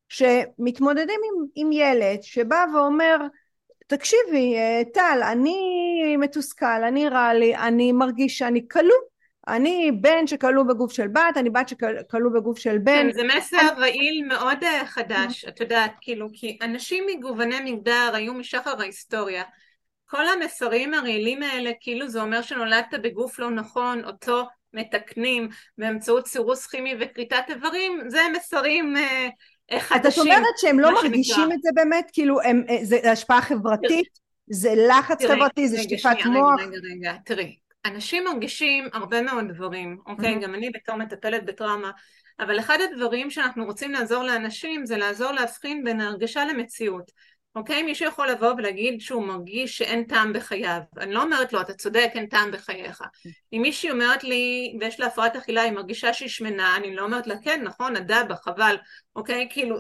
שמתמודדים עם ילד שבא ואומר, תקשיבי טל, אני מתוסכל, אני רע לי, אני מרגיש שאני כלוא, אני בן שכלוא בגוף של בת, אני בת שכלוא בגוף של בן. כן, זה מסר רעיל מאוד חדש, את יודעת, כאילו, כי אנשים מגווני מגדר היו משחר ההיסטוריה. כל המסרים הרעילים האלה, כאילו זה אומר שנולדת בגוף לא נכון, אותו מתקנים באמצעות סירוס כימי וכריתת איברים, זה מסרים אז את חדשים, אומרת שהם מה לא שנקרא. מרגישים את זה באמת, כאילו זה השפעה חברתית, זה לחץ תראי, חברתי, זה רגע, שטיפת שנייה, מוח. רגע, תראי, אנשים מרגישים הרבה מאוד דברים, אוקיי? גם אני בתור מטפלת בטראומה, אבל אחד הדברים שאנחנו רוצים לעזור לאנשים זה לעזור להבחין בין ההרגשה למציאות. אוקיי? מישהו יכול לבוא ולהגיד שהוא מרגיש שאין טעם בחייו. אני לא אומרת לו, אתה צודק, אין טעם בחייך. אם מישהי אומרת לי, ויש לה הפרעת אכילה, היא מרגישה שהיא שמנה, אני לא אומרת לה, כן, נכון, הדבה, חבל. אוקיי? כאילו,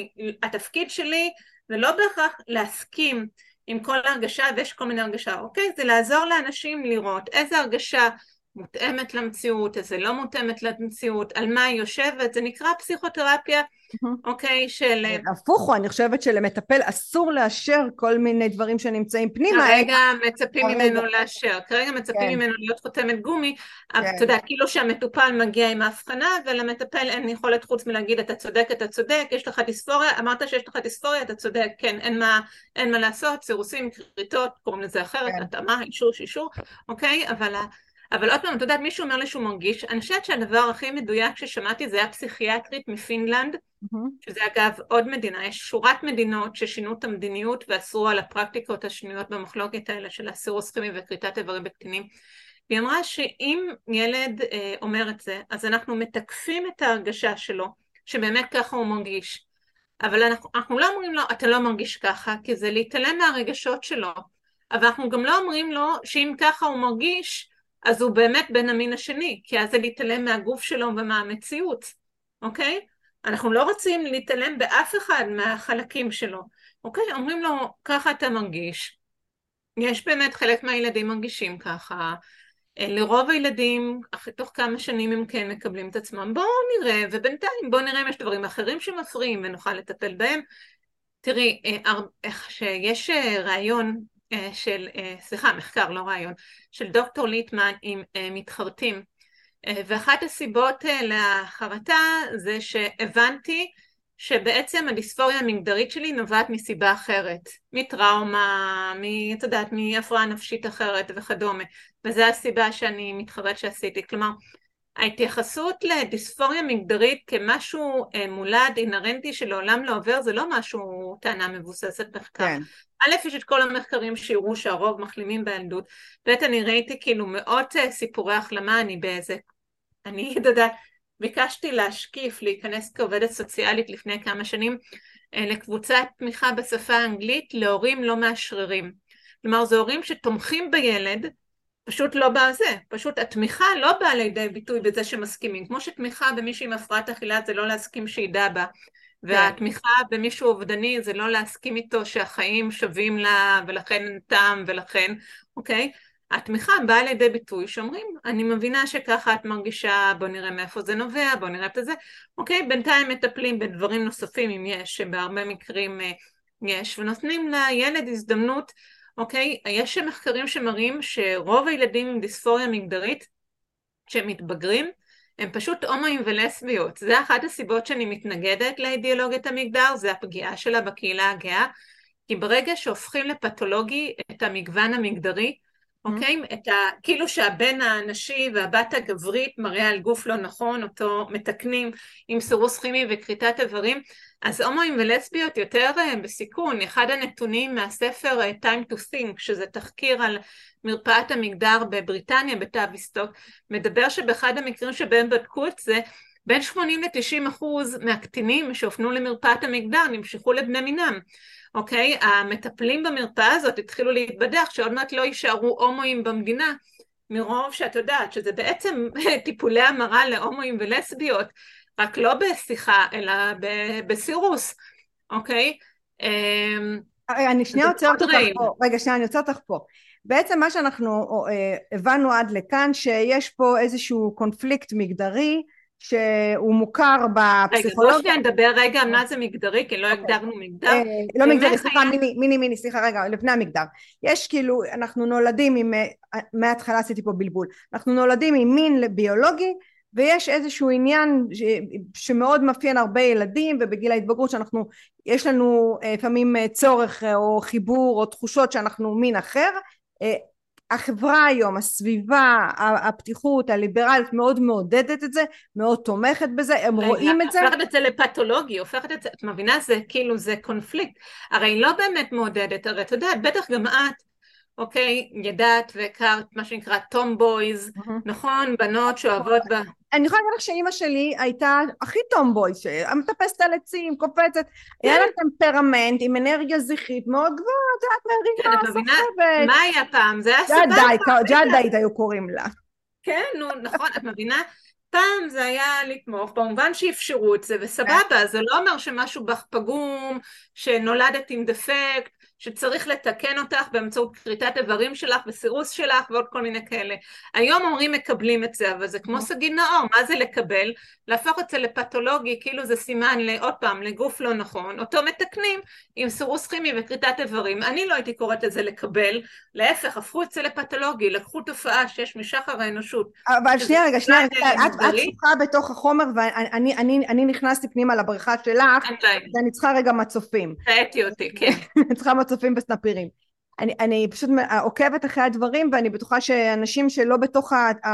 התפקיד שלי זה לא בהכרח להסכים עם כל הרגשה, ויש כל מיני הרגשה, אוקיי? זה לעזור לאנשים לראות איזה הרגשה מותאמת למציאות, איזה לא מותאמת למציאות, על מה היא יושבת, זה נקרא פסיכותרפיה, אוקיי, של... הפוך הוא, אני חושבת שלמטפל אסור לאשר כל מיני דברים שנמצאים פנימה. כרגע מצפים ממנו הרגע, לאשר, כרגע מצפים כן, ממנו להיות חותמת גומי, אתה כן, יודע, כאילו שהמטופל מגיע עם ההבחנה, ולמטפל אין יכולת חוץ מלהגיד, אתה צודק, יש לך דיספוריה, אמרת שיש לך דיספוריה, אתה צודק, כן, אין מה לעשות, סירוסים, כריתות, קוראים לזה אחרת, כן. התאמה, אישור, אוקיי, אבל עוד פעם, אתה יודעת, מישהו אומר לי שהוא מרגיש, אני חושבת שהדבר הכי מדויק ששמעתי זה היה פסיכיאטרית מפינלנד, שזה אגב עוד מדינה, יש שורת מדינות ששינו את המדיניות ואסרו על הפרקטיקות השנויות במחלוקת האלה של הסירוס כימי וכריתת איברים בקטינים. והיא אמרה שאם ילד אומר את זה, אז אנחנו מתקפים את ההרגשה שלו, שבאמת ככה הוא מרגיש. אבל אנחנו לא אומרים לו, אתה לא מרגיש ככה, כי זה להתעלם מהרגשות שלו. אבל אנחנו גם לא אומרים לו שאם ככה הוא מרגיש, אז הוא באמת בן המין השני, כי אז זה להתעלם מהגוף שלו ומהמציאות, אוקיי? אנחנו לא רוצים להתעלם באף אחד מהחלקים שלו, אוקיי? אומרים לו, ככה אתה מרגיש. יש באמת חלק מהילדים מרגישים ככה. לרוב הילדים, אחרי תוך כמה שנים הם כן מקבלים את עצמם. בואו נראה, ובינתיים בואו נראה אם יש דברים אחרים שמפריעים ונוכל לטפל בהם. תראי, שיש רעיון סליחה, מחקר, לא רעיון, של דוקטור ליטמן עם מתחרטים, ואחת הסיבות לחרטה זה שהבנתי שבעצם הדיספוריה המגדרית שלי נובעת מסיבה אחרת, מטראומה, את יודעת, מהפרעה נפשית אחרת וכדומה, וזו הסיבה שאני מתחרט שעשיתי. כלומר, ההתייחסות לדיספוריה מגדרית כמשהו מולד, אינרנטי שלעולם לא עובר, זה לא משהו טענה מבוססת מחקר. כן. א', יש את כל המחקרים שיראו שהרוב מחלימים בילדות, ב', אני ראיתי כאילו מאות סיפורי החלמה, אני יודעת, ביקשתי להשקיף, להיכנס כעובדת סוציאלית לפני כמה שנים, לקבוצת תמיכה בשפה האנגלית להורים לא מאשררים. כלומר, זה הורים שתומכים בילד, פשוט לא בא זה, פשוט התמיכה לא באה לידי ביטוי בזה שמסכימים, כמו שתמיכה במישהו עם הפרעת אכילה זה לא להסכים שידע בה, והתמיכה במישהו אובדני זה לא להסכים איתו שהחיים שווים לה ולכן אין טעם ולכן, אוקיי? התמיכה באה לידי ביטוי שאומרים, אני מבינה שככה את מרגישה, בוא נראה מאיפה זה נובע, בוא נראה את זה, אוקיי? בינתיים מטפלים בדברים נוספים אם יש, שבהרבה מקרים יש, ונותנים לילד הזדמנות, אוקיי? יש מחקרים שמראים שרוב הילדים עם דיספוריה מגדרית, כשהם מתבגרים, הם פשוט הומואים ולסביות. זה אחת הסיבות שאני מתנגדת לאידיאולוגיית המגדר, זה הפגיעה שלה בקהילה הגאה, כי ברגע שהופכים לפתולוגי את המגוון המגדרי, אוקיי? כאילו שהבן הנשי והבת הגברית מראה על גוף לא נכון, אותו מתקנים עם סירוס כימי וכריתת איברים, אז הומואים ולסביות יותר בסיכון. אחד הנתונים מהספר Time to Think, שזה תחקיר על מרפאת המגדר בבריטניה, בטאביסטוק, מדבר שבאחד המקרים שבהם בדקו את זה, בין 80 ל-90% מהקטינים שהופנו למרפאת המגדר נמשכו לבני מינם. אוקיי? המטפלים במרפאה הזאת התחילו להתבדח שעוד מעט לא יישארו הומואים במדינה, מרוב שאת יודעת שזה בעצם טיפולי המרה להומואים ולסביות, רק לא בשיחה אלא בסירוס, אוקיי? אני שנייה עוצרת אותך פה, רגע שנייה אני עוצרת אותך פה. בעצם מה שאנחנו הבנו עד לכאן שיש פה איזשהו קונפליקט מגדרי שהוא מוכר בפסיכולוגיה. רגע, בוא נדבר רגע מה זה מגדרי, כי לא הגדרנו מגדר. לא מגדרי, סליחה, מיני, סליחה, רגע, לפני המגדר. יש כאילו, אנחנו נולדים עם, מההתחלה עשיתי פה בלבול, אנחנו נולדים עם מין ביולוגי, ויש איזשהו עניין שמאוד מאפיין הרבה ילדים, ובגיל ההתבגרות שאנחנו, יש לנו לפעמים צורך או חיבור או תחושות שאנחנו מין אחר. החברה היום, הסביבה, הפתיחות, הליברלית מאוד מעודדת את זה, מאוד תומכת בזה, הם רואים את זה. הופכת את זה לפתולוגי, הופכת את זה, את מבינה, זה כאילו זה קונפליקט, הרי לא באמת מעודדת, הרי אתה יודעת, בטח גם את, אוקיי, ידעת והכרת מה שנקרא טומבויז, נכון, בנות שאוהבות בה. אני יכולה להגיד לך שאימא שלי הייתה הכי טומבוי, מטפסת על עצים, קופצת, היה לה טמפרמנט עם אנרגיה זכרית מאוד גבוהה, את מרימה, סוחבת. מה היה פעם? זה היה סבבה. ג'אדאית היו קוראים לה. כן, נו, נכון, את מבינה? פעם זה היה לתמוך, במובן שאפשרו את זה, וסבבה, זה לא אומר שמשהו בך פגום, שנולדת עם דפקט, שצריך לתקן אותך באמצעות כריתת איברים שלך וסירוס שלך ועוד כל מיני כאלה. היום אומרים מקבלים את זה, אבל זה כמו סגי נאור, מה זה לקבל? להפוך את זה לפתולוגי, כאילו זה סימן עוד פעם לגוף לא נכון, אותו מתקנים עם סירוס כימי וכריתת איברים. אני לא הייתי קוראת את זה לקבל, להפך, הפכו את זה לפתולוגי, לקחו תופעה שיש משחר האנושות. אבל שנייה, את שוחה בתוך החומר ואני נכנסתי פנימה לבריכה שלך, ואני צריכה רגע מצופים. ראיתי אותי, כן. אני צריכה מצופים בסנפירים. אני פשוט עוקבת אחרי הדברים, ואני בטוחה שאנשים שלא בתוך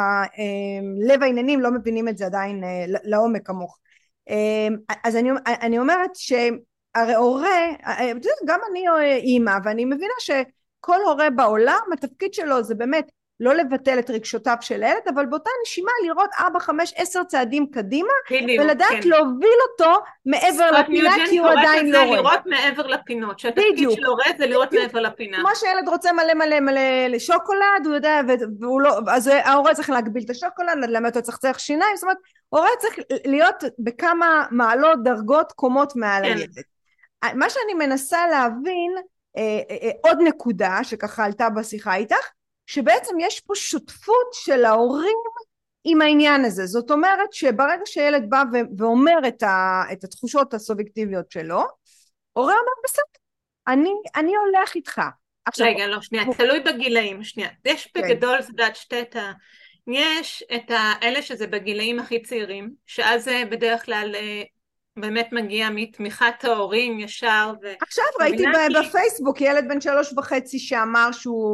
לב העניינים לא מבינים את זה עדיין לעומק כמוך. אז אני אומרת שהרי הורה, גם אני אימא, ואני מבינה שכל הורה בעולם, התפקיד שלו זה באמת לא לבטל את רגשותיו של הילד, אבל באותה נשימה לראות 4, 5, 10 צעדים קדימה, ולדעת להוביל אותו מעבר לפינה, כי הוא עדיין לא רואה. לראות מעבר לפינות, שהתפקיד של הורה זה לראות מעבר לפינה. כמו שהילד רוצה מלא מלא מלא שוקולד, הוא יודע, אז ההורה צריך להגביל את השוקולד, למה אתה צריך שיניים, זאת אומרת, הורה צריך להיות בכמה מעלות, דרגות, קומות מעל הילד. מה שאני מנסה להבין, עוד נקודה שככה עלתה בשיחה איתך, שבעצם יש פה שותפות של ההורים עם העניין הזה. זאת אומרת שברגע שילד בא ואומר את התחושות הסובייקטיביות שלו, הורה אומר בסדר, אני הולך איתך. רגע, לא, שנייה, תלוי בגילאים, שנייה. יש בגדול, זה דעת שתתה, יש את האלה שזה בגילאים הכי צעירים, שאז זה בדרך כלל באמת מגיע מתמיכת ההורים ישר. עכשיו ראיתי בפייסבוק ילד בן 3.5 שאמר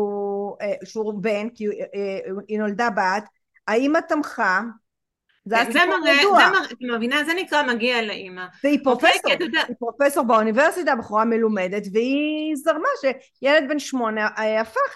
שהוא בן, כי היא נולדה בת, האמא תמכה, זה הסיפור ידוע. את מבינה, זה נקרא מגיע לאמא. והיא פרופסור באוניברסיטה, בחורה מלומדת, והיא זרמה שילד בן 8 הפך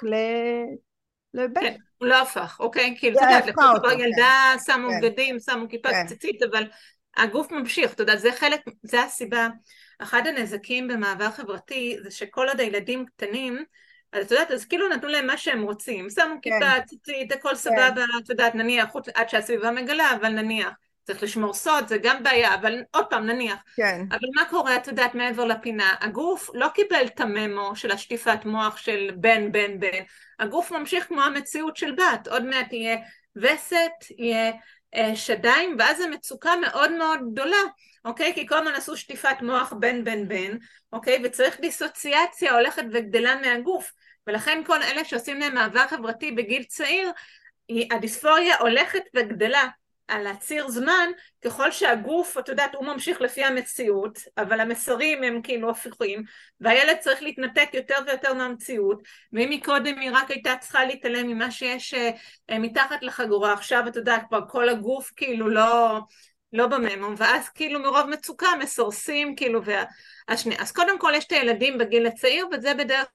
לבן. כן, הוא לא הפך, אוקיי? כאילו, אתה יודעת, ילדה שמו בגדים, שמו כיפה ציצית, אבל הגוף ממשיך, אתה יודע, זה חלק, זה הסיבה, אחד הנזקים במעבר חברתי, זה שכל עוד הילדים קטנים, אז אתה יודעת, אז כאילו נתנו להם מה שהם רוצים, שמו כיפה, ציצית, הכל סבבה, אתה יודעת, נניח, עד שהסביבה מגלה, אבל נניח, צריך לשמור סוד, זה גם בעיה, אבל עוד פעם, נניח. אבל מה קורה, אתה יודעת, מעבר לפינה, הגוף לא קיבל את הממו של השטיפת מוח של בן, הגוף ממשיך כמו המציאות של בת, עוד מעט יהיה וסת, יהיה שדיים, ואז זו מצוקה מאוד מאוד גדולה, אוקיי? כי כל הזמן עשו שטיפת מוח בן, אוקיי? וצריך דיסוציאציה הולכת וגדלה מהגוף, ולכן כל אלה שעושים להם מעבר חברתי בגיל צעיר, הדיספוריה הולכת וגדלה, על הציר זמן, ככל שהגוף, את יודעת, הוא ממשיך לפי המציאות, אבל המסרים הם כאילו הפיכים, והילד צריך להתנתק יותר ויותר מהמציאות, ואם מקודם היא רק הייתה צריכה להתעלם ממה שיש מתחת לחגורה, עכשיו את יודעת, כבר כל הגוף כאילו לא בממום, ואז כאילו מרוב מצוקה מסורסים, כאילו, אז קודם כל יש את הילדים בגיל הצעיר, וזה בדרך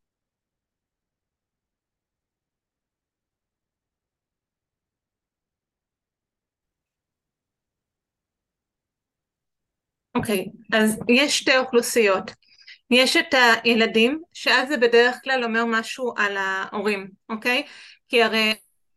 אוקיי, אז יש שתי אוכלוסיות. יש את הילדים, שאז זה בדרך כלל אומר משהו על ההורים, אוקיי? כי הרי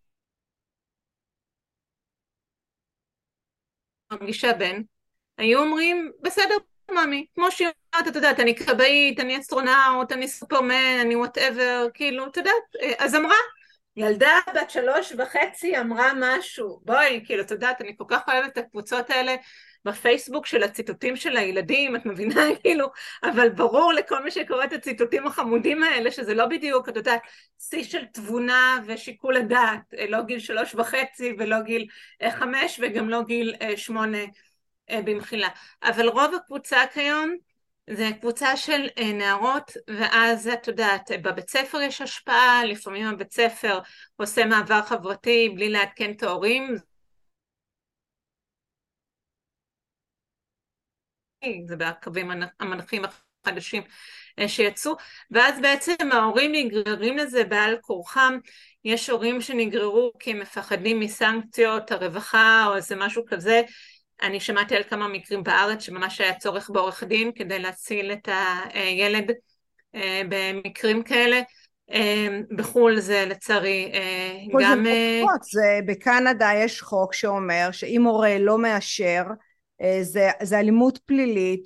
מרגישה בן, היו אומרים, בסדר, מאמי, כמו שהיא אומרת, את יודעת, אני כבאית, אני אסטרונאוט, אני סופרמן, אני וואטאבר, כאילו, את יודעת, אז אמרה, ילדה בת 3.5 אמרה משהו, בואי, כאילו, את יודעת, אני כל כך אוהבת את הקבוצות האלה בפייסבוק של הציטוטים של הילדים, את מבינה, כאילו, אבל ברור לכל מי שקורא את הציטוטים החמודים האלה, שזה לא בדיוק, את יודעת, שיא של תבונה ושיקול הדעת, לא גיל 3.5 ולא גיל 5 וגם לא גיל 8 במחילה, אבל רוב הקבוצה כיום זה קבוצה של נערות, ואז את יודעת, בבית ספר יש השפעה, לפעמים הבית ספר עושה מעבר חברתי בלי לעדכן את ההורים, זה בקווים המנחים החדשים שיצאו, ואז בעצם ההורים נגררים לזה בעל כורחם, יש הורים שנגררו כי הם מפחדים מסנקציות הרווחה או איזה משהו כזה, אני שמעתי על כמה מקרים בארץ שממש היה צורך בעורך דין כדי להציל את הילד במקרים כאלה, בחול זה לצערי פה זה גם מאוד נפוץ, בקנדה יש חוק שאומר שאם הורה לא מאשר, זה אלימות פלילית,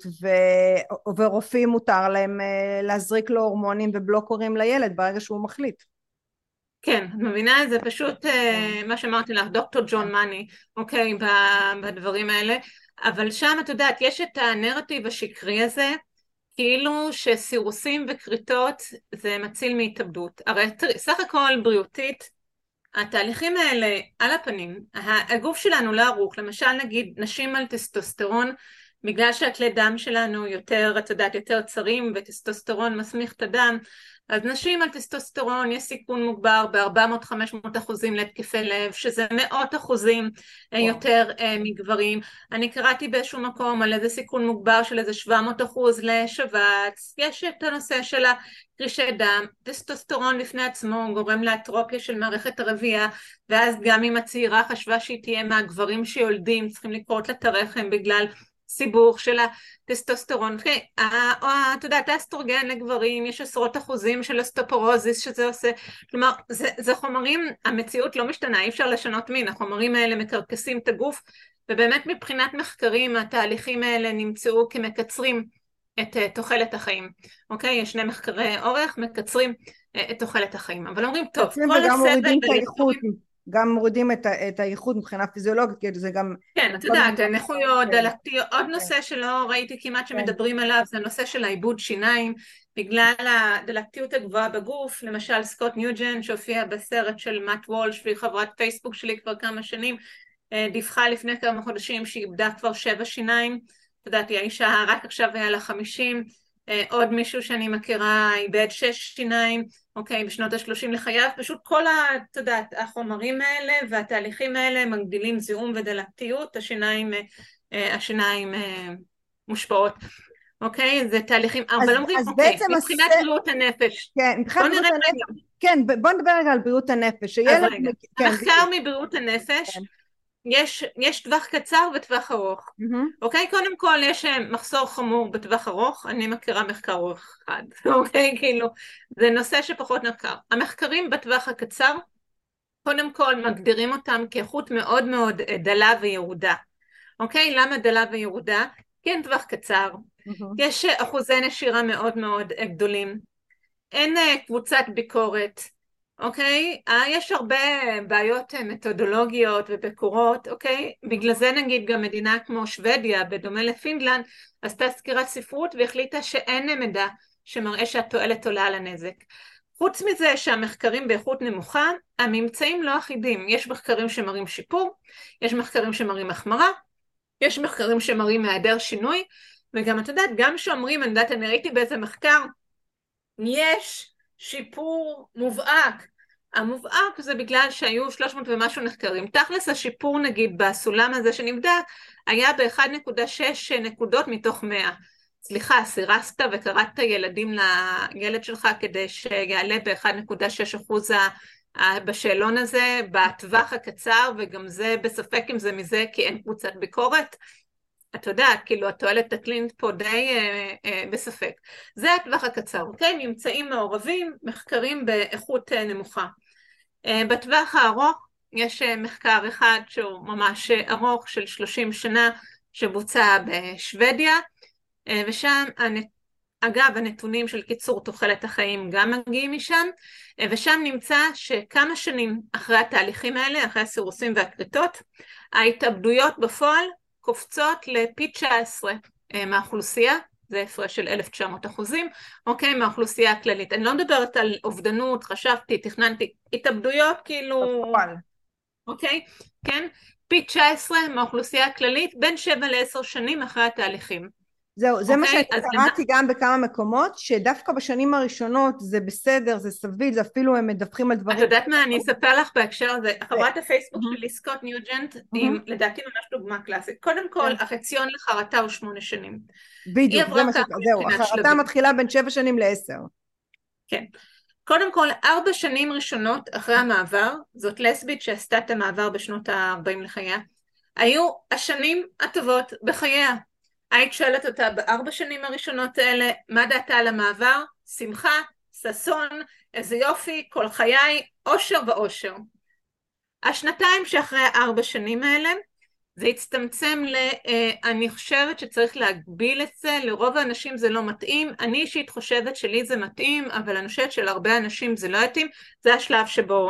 ורופאים מותר להם להזריק לו הורמונים ובלוקרים לילד ברגע שהוא מחליט. כן, את מבינה? זה פשוט מה שאמרתי לך, דוקטור ג'ון מאני, אוקיי, בדברים האלה, אבל שם את יודעת, יש את הנרטיב השקרי הזה, כאילו שסירוסים וכריתות זה מציל מהתאבדות. הרי תראי, סך הכל בריאותית, התהליכים האלה על הפנים, הגוף שלנו לא ערוך, למשל נגיד נשים על טסטוסטרון, בגלל שהכלי דם שלנו יותר, את יודעת, יותר צרים וטסטוסטרון מסמיך את הדם, אז נשים על טסטוסטרון יש סיכון מוגבר ב-400-500% להתקפי לב, שזה 100% יותר מגברים. אני קראתי באיזשהו מקום על איזה סיכון מוגבר של איזה 700% לשבץ. יש את הנושא של קרישי דם, טסטוסטרון לפני עצמו גורם לאטרופיה של מערכת הרבייה, ואז גם אם הצעירה חשבה שהיא תהיה מהגברים שיולדים, צריכים לקרות לה את הרחם בגלל סיבוך של הטסטוסטרון. או את יודעת, האסטרוגן לגברים, יש עשרות אחוזים של אסטופורוזיס שזה עושה, כלומר, זה חומרים, המציאות לא משתנה, אי אפשר לשנות מין, החומרים האלה מקרקסים את הגוף, ובאמת מבחינת מחקרים, התהליכים האלה נמצאו כמקצרים את תוחלת החיים. אוקיי? יש שני מחקרי אורך, מקצרים את תוחלת החיים. אבל אומרים, טוב, כל וגם הסבל מורידים את האיכות, והייסורים, גם מורידים את האיכות מבחינה פיזיולוגית, כאילו זה גם... כן, את יודעת, נכויות, כן, דלקתיות, עוד כן, נושא שלא ראיתי כמעט כן. שמדברים עליו, זה הנושא של העיבוד שיניים, בגלל הדלקתיות הגבוהה בגוף, למשל סקוט ניוג'ן שהופיע בסרט של מאט וולש, והיא חברת פייסבוק שלי כבר כמה שנים, דיווחה לפני כמה חודשים שהיא איבדה כבר 7 שיניים, את יודעת, היא האישה רק עכשיו היה לה 50, עוד מישהו שאני מכירה איבד 6 שיניים, אוקיי, בשנות ה-30 לחייו, פשוט כל את יודעת, החומרים האלה והתהליכים האלה מגדילים זיהום ודלקתיות, השיניים מושפעות, אוקיי, זה תהליכים, אבל אומרים, אז אוקיי, בעצם מבחינת בריאות הנפש, כן, מבחינת בוא בריאות נראה רגע, הנפש, כן, בוא נדבר רגע על בריאות הנפש, אז שילד, רגע, כן, המחקר בדיוק, מבריאות הנפש, כן. יש טווח קצר וטווח ארוך, מהמם. אוקיי? קודם כל יש מחסור חמור בטווח ארוך, אני מכירה מחקר ארוך אחד, אוקיי? כאילו, זה נושא שפחות נחקר. המחקרים בטווח הקצר, קודם כל מגדירים אותם כאיכות מאוד מאוד דלה וירודה, אוקיי? למה דלה וירודה? כי אין טווח קצר, מהמם. יש אחוזי נשירה מאוד מאוד גדולים, אין קבוצת ביקורת, אוקיי? יש הרבה בעיות מתודולוגיות ובקורות, אוקיי? בגלל זה נגיד גם מדינה כמו שוודיה, בדומה לפינלנד, עשתה סקירת ספרות והחליטה שאין מידע שמראה שהתועלת עולה על הנזק. חוץ מזה שהמחקרים באיכות נמוכה, הממצאים לא אחידים. יש מחקרים שמראים שיפור, יש מחקרים שמראים החמרה, יש מחקרים שמראים היעדר שינוי, וגם את יודעת, גם שאומרים, אני ראיתי באיזה מחקר, יש שיפור מובהק. המובהק זה בגלל שהיו 300 ומשהו נחקרים. תכלס השיפור נגיד בסולם הזה שנבדק, היה ב-1.6 נקודות מתוך 100. סליחה, סירסת וקראת ילדים לילד שלך כדי שיעלה ב-1.6% בשאלון הזה, בטווח הקצר, וגם זה בספק אם זה מזה, כי אין קבוצת ביקורת. את יודעת, כאילו התועלת הקלינית פה די בספק. זה הטווח הקצר, אוקיי? ממצאים מעורבים, מחקרים באיכות נמוכה. בטווח הארוך יש מחקר אחד שהוא ממש ארוך של 30 שנה שבוצע בשוודיה, ושם אגב הנתונים של קיצור תוחלת החיים גם מגיעים משם, ושם נמצא שכמה שנים אחרי התהליכים האלה, אחרי הסירוסים והכריתות, ההתאבדויות בפועל קופצות לפי 19 מהאוכלוסייה, זה הפרש של 1900%, אוקיי, מהאוכלוסייה הכללית. אני לא מדברת על אובדנות, חשבתי, תכננתי, התאבדויות כאילו, בפועל. אוקיי, כן, פי 19 מהאוכלוסייה הכללית, בין 7 ל-10 שנים אחרי התהליכים. זהו, זה מה שאני אוקיי, אז קראתי גם בכמה מקומות, שדווקא בשנים הראשונות זה בסדר, זה סביל, זה אפילו הם מדווחים על את דברים. יודעת מה, אני אספר לך בהקשר הזה, חברת הפייסבוק שלי, סקוט ניוג'נט, היא לדעתי ממש דוגמה קלאסית. קודם כל, החציון לחרטה הוא 8 שנים. היא בדיוק, זה עברה מה ככה זהו, מבחינת החרטה שלבים. מתחילה בין 7 שנים ל10. כן. קודם כל, 4 שנים ראשונות אחרי המעבר, זאת לסבית שעשתה את המעבר בשנות ה-40 לחייה, היו השנים הטובות בחייה. היית שואלת אותה ב4 שנים הראשונות האלה, מה דעתה על המעבר? שמחה, ששון, איזה יופי, כל חיי, אושר ואושר. השנתיים שאחרי 4 שנים האלה, זה הצטמצם אני חושבת שצריך להגביל את זה, לרוב האנשים זה לא מתאים, אני אישית חושבת שלי זה מתאים, אבל אני חושבת שלהרבה אנשים זה לא מתאים, זה השלב שבו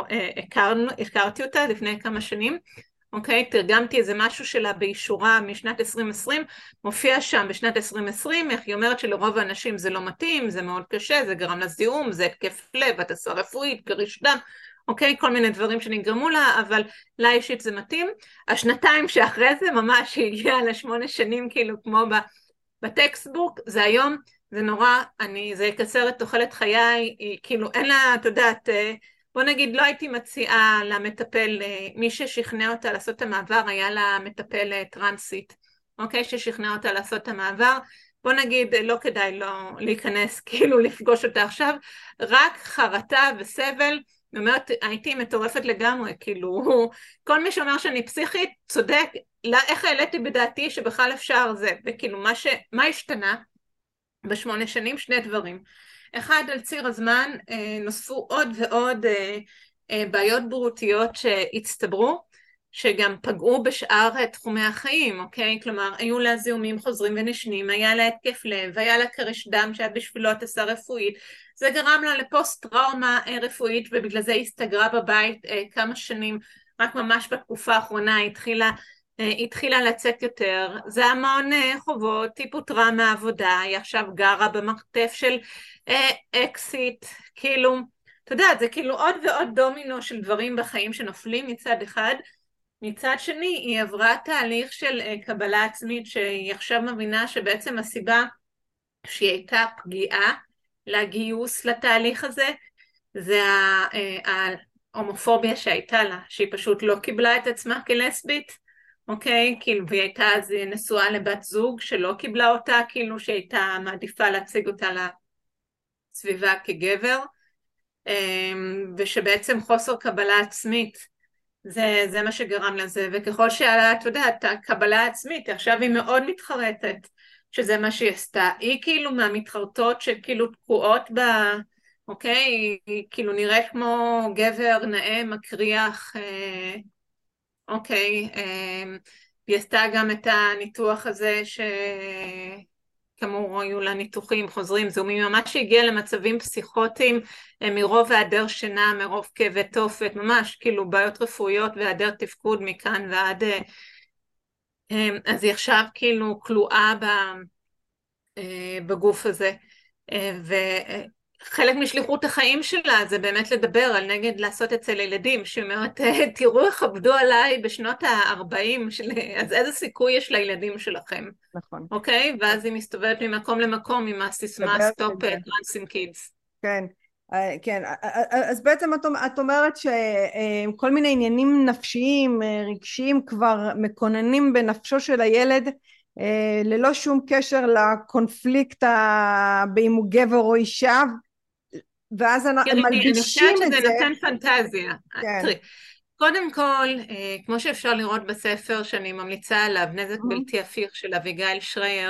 הכרתי אותה לפני כמה שנים, אוקיי, תרגמתי איזה משהו שלה באישורה משנת 2020, מופיע שם בשנת 2020, איך היא אומרת שלרוב האנשים זה לא מתאים, זה מאוד קשה, זה גרם לזיהום, זה התקף לב, הטסה רפואית, גריש דם, אוקיי, כל מיני דברים שנגרמו לה, אבל לה אישית זה מתאים. השנתיים שאחרי זה ממש היא הגיעה ל8 שנים, כאילו כמו בטקסטבוק, זה היום, זה נורא, זה יקצר את תוחלת חיי, כאילו אין לה, את יודעת, בוא נגיד, לא הייתי מציעה למטפל, מי ששכנע אותה לעשות את המעבר, היה לה מטפל טרנסית, אוקיי, ששכנע אותה לעשות את המעבר, בוא נגיד, לא כדאי לא להיכנס, כאילו לפגוש אותה עכשיו, רק חרטה וסבל, זאת אומרת, הייתי מטורפת לגמרי, כאילו, כל מי שאומר שאני פסיכית, צודק, איך העליתי בדעתי שבכלל אפשר זה, וכאילו, מה השתנה ב8 שנים? 2 דברים. אחד, על ציר הזמן, נוספו עוד ועוד בעיות בריאותיות שהצטברו, שגם פגעו בשאר תחומי החיים, אוקיי? כלומר, היו לה זיהומים חוזרים ונשנים, היה לה התקף לב, היה לה קרש דם שהיה בשבילו הטסה רפואית, זה גרם לה לפוסט טראומה רפואית, ובגלל זה היא הסתגרה בבית כמה שנים, רק ממש בתקופה האחרונה התחילה לצאת יותר, זה המון חובות, היא פוטרה מהעבודה, היא עכשיו גרה במרתף של אקסיט, כאילו, אתה יודע, זה כאילו עוד ועוד דומינו של דברים בחיים שנופלים מצד אחד, מצד שני היא עברה תהליך של קבלה עצמית, שהיא עכשיו מבינה שבעצם הסיבה שהיא הייתה פגיעה לגיוס לתהליך הזה, זה ההומופוביה שהייתה לה, שהיא פשוט לא קיבלה את עצמה כלסבית, אוקיי, כאילו, והיא הייתה אז נשואה לבת זוג שלא קיבלה אותה, כאילו שהייתה מעדיפה להציג אותה לסביבה כגבר, ושבעצם חוסר קבלה עצמית, זה מה שגרם לזה, וככל שהיה, אתה יודע, את הקבלה העצמית, עכשיו היא מאוד מתחרטת, שזה מה שהיא עשתה, היא כאילו מהמתחרטות שכאילו תקועות בה, אוקיי, היא כאילו נראית כמו גבר נאה, מקריח, אוקיי, היא עשתה גם את הניתוח הזה כאמור היו לה ניתוחים חוזרים זומים, ממש שהגיעה למצבים פסיכוטיים מרוב היעדר שינה, מרוב כאבי תופת, ממש כאילו בעיות רפואיות והיעדר תפקוד מכאן ועד, אז היא עכשיו כאילו כלואה בגוף הזה, חלק משליחות החיים שלה זה באמת לדבר על נגד לעשות אצל ילדים, שהיא אומרת, תראו איך עבדו עליי בשנות ה-40, אז איזה סיכוי יש לילדים שלכם, נכון. אוקיי? ואז היא מסתובבת ממקום למקום עם הסיסמה מדברת Stop את זה. Transing Kids. כן, כן, אז בעצם את אומרת שכל מיני עניינים נפשיים, רגשיים, כבר מקוננים בנפשו של הילד, ללא שום קשר לקונפליקט באם הוא גבר או אישה, ואז הם תראי, אני מלבישים חושבת את שזה זה. נותן פנטזיה. כן. תראי, קודם כל, כמו שאפשר לראות בספר שאני ממליצה עליו, נזק מהמם. בלתי הפיך של אביגיל שרייר,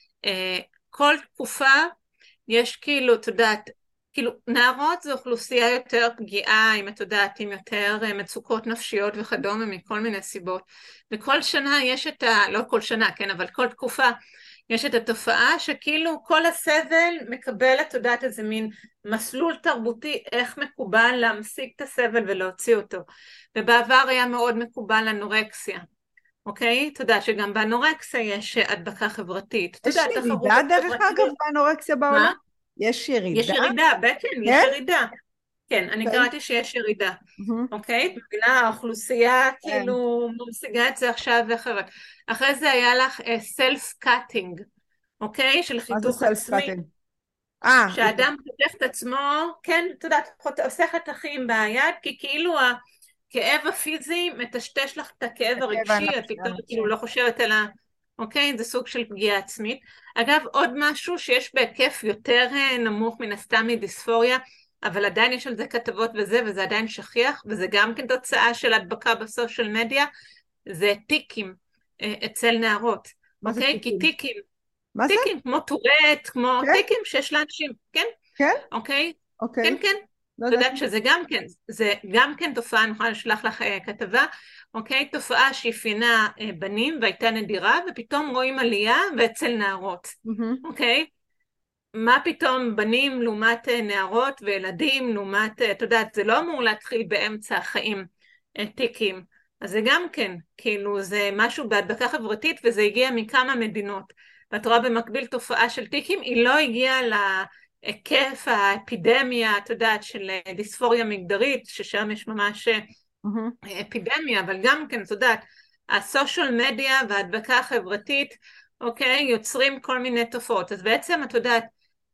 כל תקופה יש כאילו, את יודעת, כאילו נערות זו אוכלוסייה יותר פגיעה, אם את יודעת, עם יותר מצוקות נפשיות וכדומה מכל מיני סיבות. וכל שנה יש את לא כל שנה, כן, אבל כל תקופה יש את התופעה שכאילו כל הסבל מקבל, את יודעת, איזה מין מסלול תרבותי, איך מקובל להמשיג את הסבל ולהוציא אותו. ובעבר היה מאוד מקובל אנורקסיה. אוקיי? אתה יודע שגם באנורקסיה יש הדבקה חברתית. אתה יודע, יש תחרות ירידה דרך אגב חברתית. באנורקסיה בעולם? מה? יש יש ירידה? ירידה, בטח, יש כן? ירידה. כן, אני אוקיי. קראתי שיש ירידה. מהמם. אוקיי? בגלל האוכלוסייה כן. כאילו משיגה את זה עכשיו ואחרת. אחרי זה היה לך סלף קאטינג, אוקיי? של מה זה חיתוך סלף עצמי. קאטינג? שאדם חותך את עצמו, כן, אתה יודעת, עושה חתכים ביד, כי כאילו הכאב הפיזי מטשטש לך את הכאב הכאב הרגשי, את פתאום הנפשי. כאילו לא חושבת על אוקיי, זה סוג של פגיעה עצמית. אגב, עוד משהו שיש בהיקף יותר נמוך מן הסתם מדיספוריה, אבל עדיין יש על זה כתבות וזה עדיין שכיח, וזה גם כן תוצאה של הדבקה בסושיאל מדיה, זה טיקים אצל נערות, מה זה אוקיי? כי טיקים? טיקים, מה זה? טיקים כמו טורט, כמו כן? טיקים שיש לאנשים, כן? כן? אוקיי? כן, אוקיי. כן. לא את יודעת. יודעת שזה גם כן, זה גם כן תופעה, אני יכולה לשלוח לך כתבה, אוקיי? תופעה שאפיינה בנים והייתה נדירה, ופתאום רואים עלייה ואצל נערות, מהמם. אוקיי? מה פתאום בנים לעומת נערות וילדים לעומת, את יודעת, זה לא אמור להתחיל באמצע החיים, טיקים. אז זה גם כן, כאילו זה משהו בהדבקה חברתית וזה הגיע מכמה מדינות. ואת רואה במקביל תופעה של טיקים, היא לא הגיעה להיקף האפידמיה, את יודעת, של דיספוריה מגדרית, ששם יש ממש מהמם. אפידמיה, אבל גם כן, את יודעת, הסושיאל מדיה וההדבקה החברתית, אוקיי, יוצרים כל מיני תופעות. אז בעצם, את יודעת,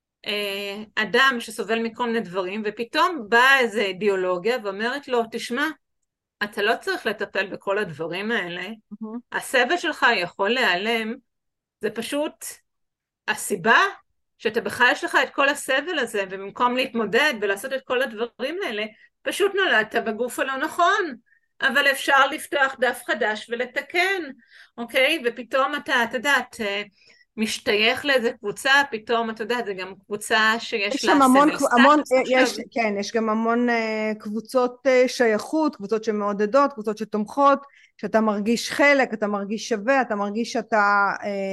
אדם שסובל מכל מיני דברים, ופתאום באה איזו אידיאולוגיה ואומרת לו, תשמע, אתה לא צריך לטפל בכל הדברים האלה, מהמם. הסבל שלך יכול להיעלם, זה פשוט הסיבה שאתה בכלל יש לך את כל הסבל הזה, ובמקום להתמודד ולעשות את כל הדברים האלה, פשוט נולדת בגוף הלא נכון, אבל אפשר לפתוח דף חדש ולתקן, אוקיי? ופתאום אתה יודעת, משתייך לאיזה קבוצה, פתאום אתה יודע, זה גם קבוצה שיש יש שם לה המון, סמל סטטוס עכשיו. כן, יש גם המון קבוצות שייכות, קבוצות שמעודדות, קבוצות שתומכות, שאתה מרגיש חלק, אתה מרגיש שווה, אתה מרגיש שאתה,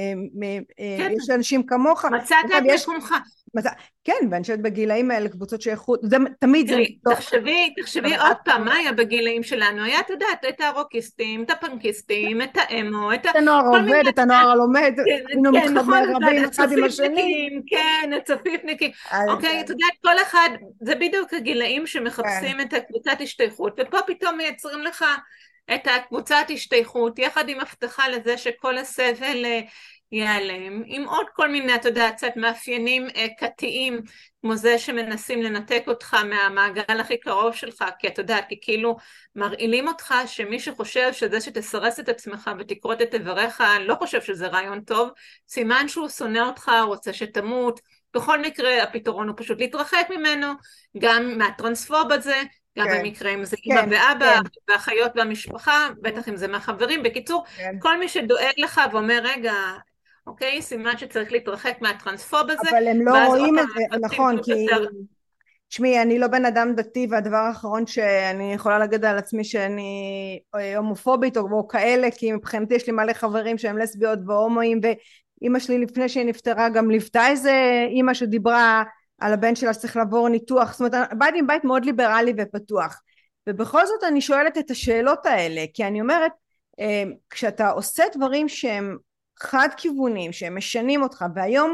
כן, יש אנשים כמוך. מצאת אגב, את יש, מקומך. כן, ואני חושבת בגילאים האלה, קבוצות שייכות, תמיד זה תראי, מתוך, תחשבי אבל עוד את פעם, מה היה בגילאים שלנו? היה, את יודעת, את הרוקיסטים, את הפנקיסטים, את האמו, את את הנוער כל מיני, העובד, את את יודעת, הנוער הלומד, כן, היינו כן, נכון, את יודעת, רבים אחד עם השני. הצופיפניקים, כן, הצופיפניקים, אז, אוקיי, את יודעת, כל אחד, זה בדיוק הגילאים כן. שמחפשים את הקבוצת השתייכות, ופה פתאום מייצרים לך את הקבוצת השתייכות, יחד עם הבטחה לזה שכל הסבל ייעלם, עם עוד כל מיני, אתה יודע, קצת מאפיינים כתיים, כמו זה שמנסים לנתק אותך מהמעגל הכי קרוב שלך, כי אתה יודע, כי כאילו מרעילים אותך שמי שחושב שזה שתסרס את עצמך ותכרות את איבריך, לא חושב שזה רעיון טוב, סימן שהוא שונא אותך, רוצה שתמות, בכל מקרה הפתרון הוא פשוט להתרחק ממנו, גם מהטרנספוב הזה, גם כן, במקרה אם זה אמא כן, ואבא, כן, והאחיות והמשפחה, בטח אם זה מהחברים, בקיצור, כן. כל מי שדואג לך ואומר רגע, אוקיי, סימן שצריך להתרחק מהטרנספוב הזה, אבל הם לא ואז עוד רואים פעם את זה, מבצעים נכון, עוד כי יותר. תשמעי, אני לא בן אדם דתי, והדבר האחרון שאני יכולה להגיד על עצמי שאני הומופובית או כאלה, כי מבחינתי יש לי מלא חברים שהם לסביות והומואים, ואימא שלי לפני שהיא נפטרה גם ליוותה איזה אימא שדיברה על הבן שלה שצריך לעבור ניתוח, זאת אומרת באתי מבית מאוד ליברלי ופתוח, ובכל זאת אני שואלת את השאלות האלה, כי אני אומרת, כשאתה עושה דברים שהם חד כיוונים, שהם משנים אותך, והיום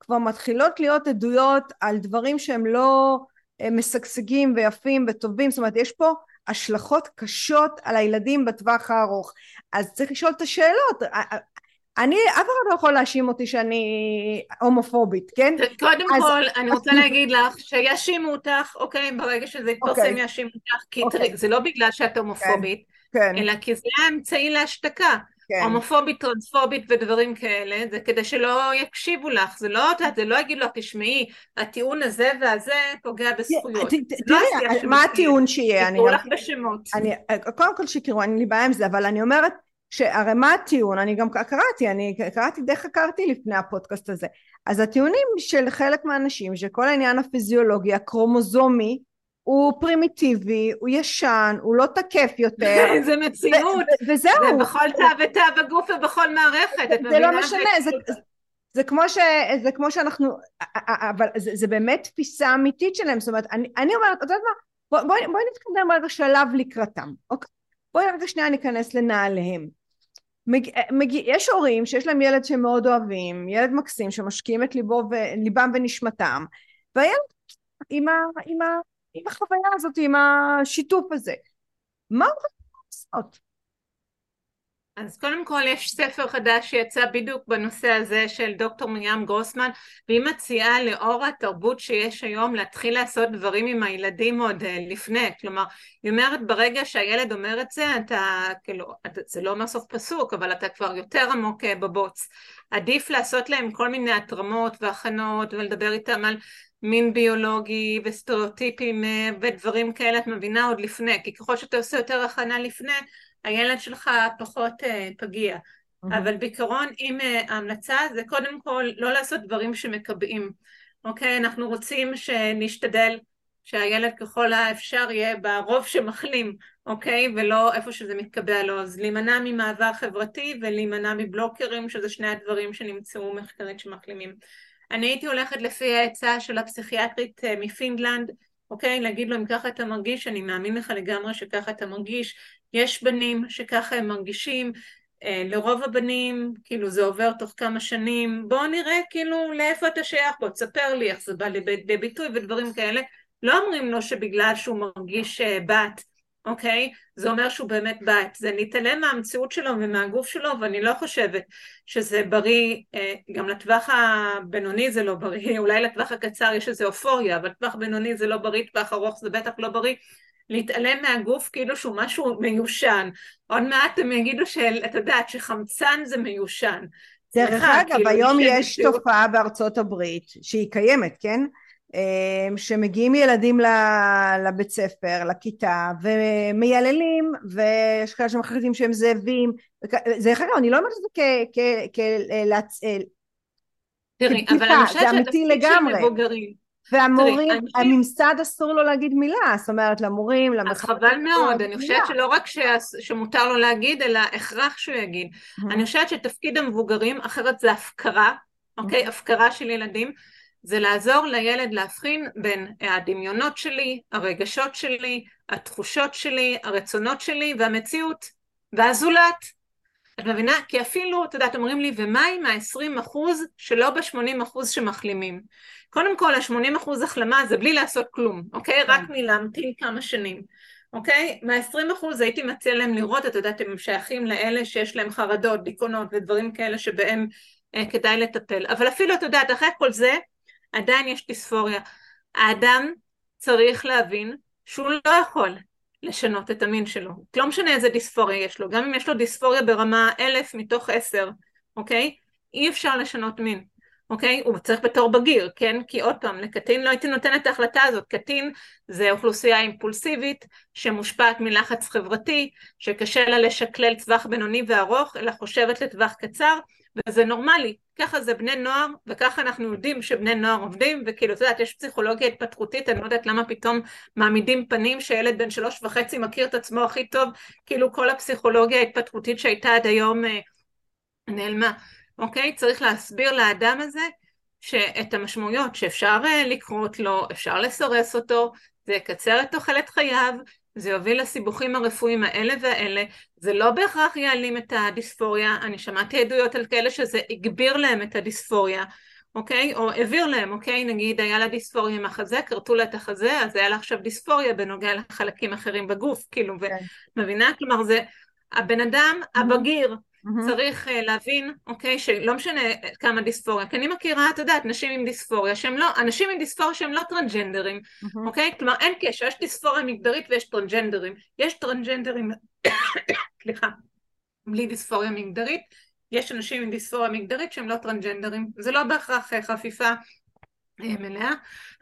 כבר מתחילות להיות עדויות על דברים שהם לא משגשגים ויפים וטובים, זאת אומרת יש פה השלכות קשות על הילדים בטווח הארוך, אז צריך לשאול את השאלות. אני, אף אחד לא יכול להאשים אותי שאני הומופובית, כן? קודם אז כל, אני רוצה להגיד לך שיאשימו אותך, אוקיי, ברגע שזה יתפרסם אוקיי, יאשימו אותך, כי אוקיי, זה לא בגלל שאת כן, הומופובית, כן, אלא כי זה האמצעי להשתקה. כן. הומופובית, טרנספובית ודברים כאלה, זה כדי שלא יקשיבו לך, זה לא יגיד לך, תשמעי, הטיעון הזה והזה פוגע בזכויות. זה לא השיח תראי, מה שמתקיים. הטיעון שיהיה? יקראו לך בשמות. קודם כל שיקראו, אין לי בעיה עם זה, אבל אני אומרת שהרי מה הטיעון? אני גם קראתי, די חקרתי לפני הפודקאסט הזה. אז הטיעונים של חלק מהאנשים, שכל העניין הפיזיולוגי, הקרומוזומי, הוא פרימיטיבי, הוא ישן, הוא לא תקף יותר. זה מציאות. וזהו. זה בכל תא ותא בגוף ובכל מערכת, את זה לא מבינה? משנה, זה כמו שאנחנו, אבל זה באמת תפיסה אמיתית שלהם, זאת אומרת, אני אומרת, את יודעת מה, בואי נתקדם רגע שלב לקראתם, אוקיי? בואי רגע שנייה ניכנס לנעליהם. יש הורים שיש להם ילד שהם מאוד אוהבים, ילד מקסים שמשקיעים את ליבם ונשמתם, והילד עם החוויה הזאת, עם השיתוף הזה, מה הוא רוצה לעשות? אז קודם כל יש ספר חדש שיצא בדיוק בנושא הזה של דוקטור מרים גרוסמן, והיא מציעה לאור התרבות שיש היום להתחיל לעשות דברים עם הילדים עוד לפני, כלומר היא אומרת ברגע שהילד אומר את זה, אתה כאילו, זה לא אומר סוף פסוק, אבל אתה כבר יותר עמוק בבוץ, עדיף לעשות להם כל מיני התרמות והכנות ולדבר איתם על מין ביולוגי וסטריאוטיפים ודברים כאלה, את מבינה עוד לפני, כי ככל שאתה עושה יותר הכנה לפני, הילד שלך פחות פגיע. אבל בעיקרון אם ההמלצה זה קודם כל לא לעשות דברים שמקבעים, אוקיי? אנחנו רוצים שנשתדל שהילד ככל האפשר יהיה ברוב שמחלים, אוקיי? ולא איפה שזה מתקבע לו, אז להימנע ממעבר חברתי ולהימנע מבלוקרים, שזה שני הדברים שנמצאו מחקרית שמחלימים. אני הייתי הולכת לפי העצה של הפסיכיאטרית מפינלנד, אוקיי? להגיד לו אם ככה אתה מרגיש, אני מאמין לך לגמרי שככה אתה מרגיש, יש בנים שככה הם מרגישים, לרוב הבנים כאילו זה עובר תוך כמה שנים, בוא נראה כאילו לאיפה אתה שייך, בוא תספר לי איך זה בא לידי ביטוי ודברים כאלה, לא אומרים לו שבגלל שהוא מרגיש בת, אוקיי? זה אומר שהוא באמת בת, זה נתעלם מהמציאות שלו ומהגוף שלו, ואני לא חושבת שזה בריא, גם לטווח הבינוני זה לא בריא, אולי לטווח הקצר יש איזה אופוריה, אבל לטווח בינוני זה לא בריא, טווח ארוך זה בטח לא בריא, להתעלם מהגוף כאילו שהוא משהו מיושן. עוד מעט הם יגידו אתה יודעת שחמצן זה מיושן. דרך אגב, כאילו היום יש תופעה בארצות הברית שהיא קיימת, כן? שמגיעים ילדים לבית ספר, לכיתה, ומייללים, ויש כאלה שמחליטים שהם זאבים. דרך אגב, אני לא אומרת את זה תראי, אבל אני חושבת שהתפקיד של מבוגרים, והמורים, הממסד אסור לו להגיד מילה, זאת אומרת למורים, אז חבל מאוד, אני חושבת שלא רק שמותר לו להגיד, אלא הכרח שהוא יגיד. אני חושבת שתפקיד המבוגרים, אחרת זה הפקרה, אוקיי? הפקרה של ילדים, זה לעזור לילד להבחין בין הדמיונות שלי, הרגשות שלי, התחושות שלי, הרצונות שלי, והמציאות, והזולת. את מבינה? כי אפילו, אתה יודעת, אומרים לי, ומה עם ה-20% שלא ב-80% שמחלימים? קודם כל, ה-80% החלמה זה בלי לעשות כלום, אוקיי? רק מלהמתין כמה שנים, אוקיי? מה-20% הייתי מציע להם לראות, את יודעת, הם שייכים לאלה שיש להם חרדות, דיכאונות ודברים כאלה שבהם כדאי לטפל. אבל אפילו, את יודעת, אחרי כל זה, עדיין יש דיספוריה. האדם צריך להבין שהוא לא יכול לשנות את המין שלו. לא משנה איזה דיספוריה יש לו, גם אם יש לו דיספוריה ברמה 1000 מתוך 10, אוקיי? אי אפשר לשנות מין, אוקיי? הוא צריך בתור בגיר, כן? כי עוד פעם, לקטין לא הייתי נותנת את ההחלטה הזאת. קטין זה אוכלוסייה אימפולסיבית, שמושפעת מלחץ חברתי, שקשה לה לשקלל טווח בינוני וארוך, אלא חושבת לטווח קצר, וזה נורמלי. ככה זה בני נוער, וככה אנחנו יודעים שבני נוער עובדים, וכאילו, את יודעת, יש פסיכולוגיה התפתחותית, אני לא יודעת למה פתאום מעמידים פנים שילד בן 3.5 מכיר את עצמו הכי טוב, כאילו כל הפסיכולוגיה ההתפתחותית שהייתה עד היום נעלמה. אוקיי? צריך להסביר לאדם הזה שאת המשמעויות שאפשר לקרות לו, אפשר לסרס אותו, זה יקצר את תוחלת חייו, זה יוביל לסיבוכים הרפואיים האלה והאלה, זה לא בהכרח יעלים את הדיספוריה, אני שמעתי עדויות על כאלה שזה הגביר להם את הדיספוריה, אוקיי? או העביר להם, אוקיי? נגיד היה לה דיספוריה עם החזה, כרתו לה את החזה, אז היה לה עכשיו דיספוריה בנוגע לחלקים אחרים בגוף, כאילו, כן. ומבינה? כלומר זה, הבן אדם מהמם, הבגיר מהמם, צריך להבין, אוקיי, שלא משנה כמה דיספוריה, כי אני מכירה, את יודעת, נשים עם דיספוריה, שהם לא, אנשים עם דיספוריה שהם לא טרנסג'נדרים, מהמם. אוקיי? כלומר אין קשר, יש דיספוריה מגדרית ויש טרנסג'נדרים, יש טרנסג'נדרים, סליחה, בלי דיספוריה מגדרית, יש אנשים עם דיספוריה מגדרית שהם לא טרנסג'נדרים, זה לא בהכרח חפיפה מלאה.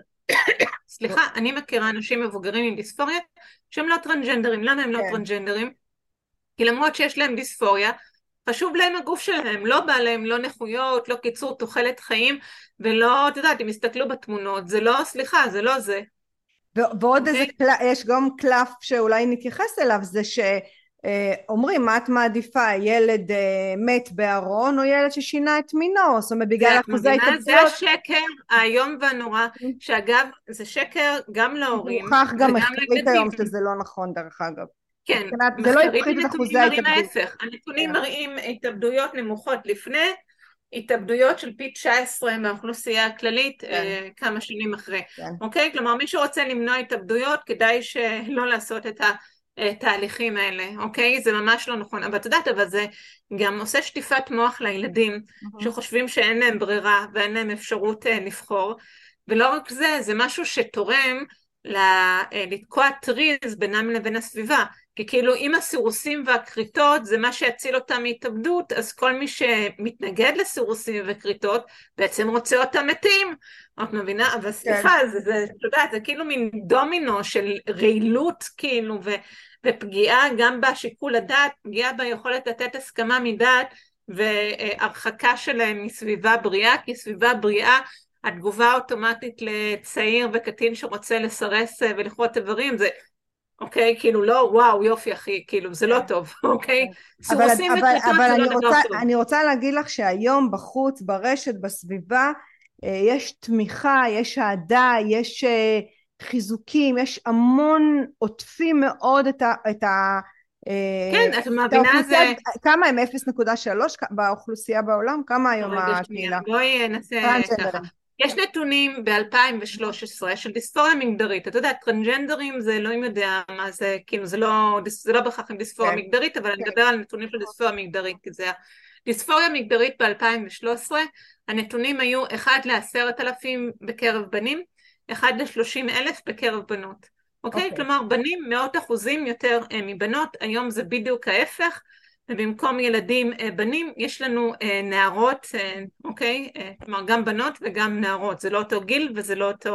סליחה, אני מכירה אנשים מבוגרים עם דיספוריה שהם לא טרנסג'נדרים. למה הם לא כן. טרנסג'נדרים? כי למרות שיש להם דיספוריה, חשוב להם הגוף שלהם, לא בא להם לא נכויות, לא קיצור תוחלת חיים, ולא, את יודעת, אם יסתכלו בתמונות, זה לא, סליחה, זה לא זה, ועוד איזה, אוקיי? יש גם קלף שאולי נתייחס אליו, זה שאומרים, מה את מעדיפה, ילד מת בארון או ילד ששינה את מינו, זאת אומרת, בגלל זה, את אחוזי מבינה? זה ההתאבדויות. השקר האיום והנורא, שאגב, זה שקר גם זה להורים הוכח גם וגם מחקרית לילדים. היום שזה לא נכון דרך אגב. כן, מבחינת, זה לא מחקרית הפחית את הנתונים אחוזי מראים ההתאבדות. ההפך. הנתונים כן, מראים התאבדויות נמוכות לפני, התאבדויות של פי 19 מהאוכלוסייה הכללית כן, כמה שנים אחרי. כן. אוקיי? כלומר, מי שרוצה למנוע התאבדויות, כדאי שלא לעשות את התהליכים האלה. אוקיי? זה ממש לא נכון. אבל את יודעת, אבל זה גם עושה שטיפת מוח לילדים, מהמם. שחושבים שאין להם ברירה ואין להם אפשרות לבחור. ולא רק זה, זה משהו שתורם לתקוע טריז בינם לבין הסביבה. כי כאילו אם הסירוסים והכריתות זה מה שיציל אותם מהתאבדות, אז כל מי שמתנגד לסירוסים וכריתות בעצם רוצה אותם מתים. את מבינה? אבל כן. סליחה, את יודעת, זה כאילו מין דומינו של רעילות כאילו, ופגיעה גם בשיקול הדעת, פגיעה ביכולת לתת הסכמה מדעת, והרחקה שלהם מסביבה בריאה, כי סביבה בריאה התגובה האוטומטית לצעיר וקטין שרוצה לסרס ולכרות איברים זה אוקיי, כאילו לא וואו יופי אחי, כאילו זה לא כן. טוב, אוקיי? אבל, סירוסים אבל, וכריתות אבל זה לא דבר טוב. אני רוצה להגיד לך שהיום בחוץ, ברשת, בסביבה, יש תמיכה, יש אהדה, יש חיזוקים, יש המון עוטפים מאוד כן, את את מבינה האוכלוסייה. זה, כמה הם 0.3 באוכלוסייה בעולם? כמה היום רגע שנייה, הקהילה? בואי נעשה ככה. טרנסג'נדרים? יש נתונים ב-2013 של דיספוריה מגדרית, אתה יודע, טרנסג'נדרים זה אלוהים יודע מה זה, כאילו זה לא בהכרח עם דיספוריה כן, מגדרית, אבל אני כן, מדבר על נתונים של דיספוריה מגדרית, כי זה דיספוריה מגדרית ב-2013, הנתונים היו 1 ל10,000 בקרב בנים, 1 ל30,000 בקרב בנות, אוקיי? אוקיי. כלומר בנים מאות אחוזים יותר מבנות, היום זה בדיוק ההפך, ובמקום ילדים בנים יש לנו נערות, אוקיי? כלומר גם בנות וגם נערות, זה לא אותו גיל וזה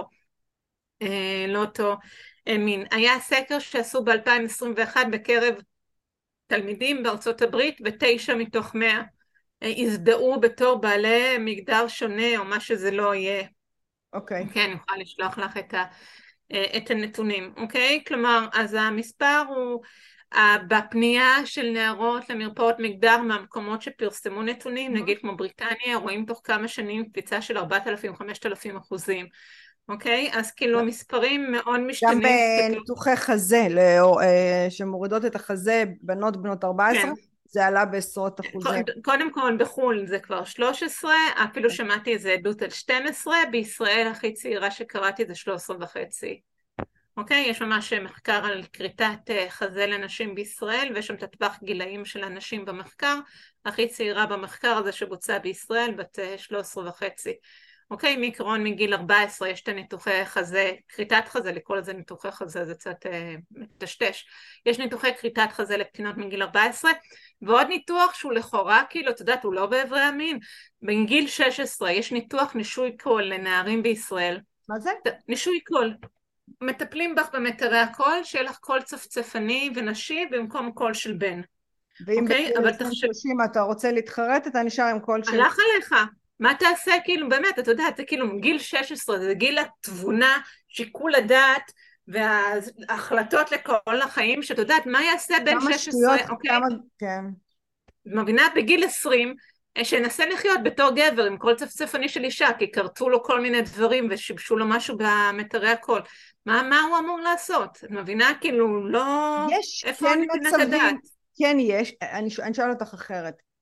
לא אותו מין. היה סקר שעשו ב-2021 בקרב תלמידים בארצות הברית, ו9 מתוך 100 הזדהו בתור בעלי מגדר שונה או מה שזה לא יהיה. אוקיי. כן, אני יכולה לשלוח לך את הנתונים, אוקיי? כלומר, אז המספר הוא בפנייה של נערות למרפאות מגדר מהמקומות שפרסמו נתונים, נגיד כמו בריטניה, רואים תוך כמה שנים קפיצה של 4,000-5,000%, אוקיי? אז כאילו המספרים מאוד גם משתנים. בניתוחי חזה, שמורידות את החזה, בנות 14, כן. זה עלה בעשרות אחוזים. קודם כל בחו"ל זה כבר 13, אפילו שמעתי איזה עדות על 12, בישראל הכי צעירה שקראתי זה 13.5. אוקיי? יש ממש מחקר על כריתת חזה לנשים בישראל, ויש שם את הטווח גילאים של הנשים במחקר, הכי צעירה במחקר הזה שבוצע בישראל, בת 13.5. אוקיי? מעיקרון מגיל 14 יש את הניתוחי חזה, כריתת חזה, לקרוא לזה ניתוחי חזה, זה קצת מטשטש. יש ניתוחי כריתת חזה לקטינות מגיל 14, ועוד ניתוח שהוא לכאורה, כאילו, את יודעת, הוא לא באיברי המין. בגיל 16 יש ניתוח נישוי קול לנערים בישראל. מה זה? נישוי קול. מטפלים בך במיתרי הקול, שיהיה לך קול צפצפני ונשי במקום קול של בן. ואם אוקיי? בגיל אבל 20-30 אתה רוצה להתחרט, אתה נשאר עם קול של... הלך עליך. מה תעשה? כאילו, באמת, אתה יודע, זה כאילו גיל 16, זה גיל התבונה, שיקול הדעת, וההחלטות לכל החיים, שאת יודעת, מה יעשה בן כמה 16, שטויות, אוקיי? כמה... כן. מבינה? בגיל 20, שינסה לחיות בתור גבר עם קול צפצפני של אישה, כי קרתו לו כל מיני דברים ושיבשו לו משהו במיתרי הקול. מה הוא אמור לעשות? את מבינה? כאילו, לא... יש איפה כן נתינת הדעת? מצבים, כן יש, אני אשאל אותך אחרת.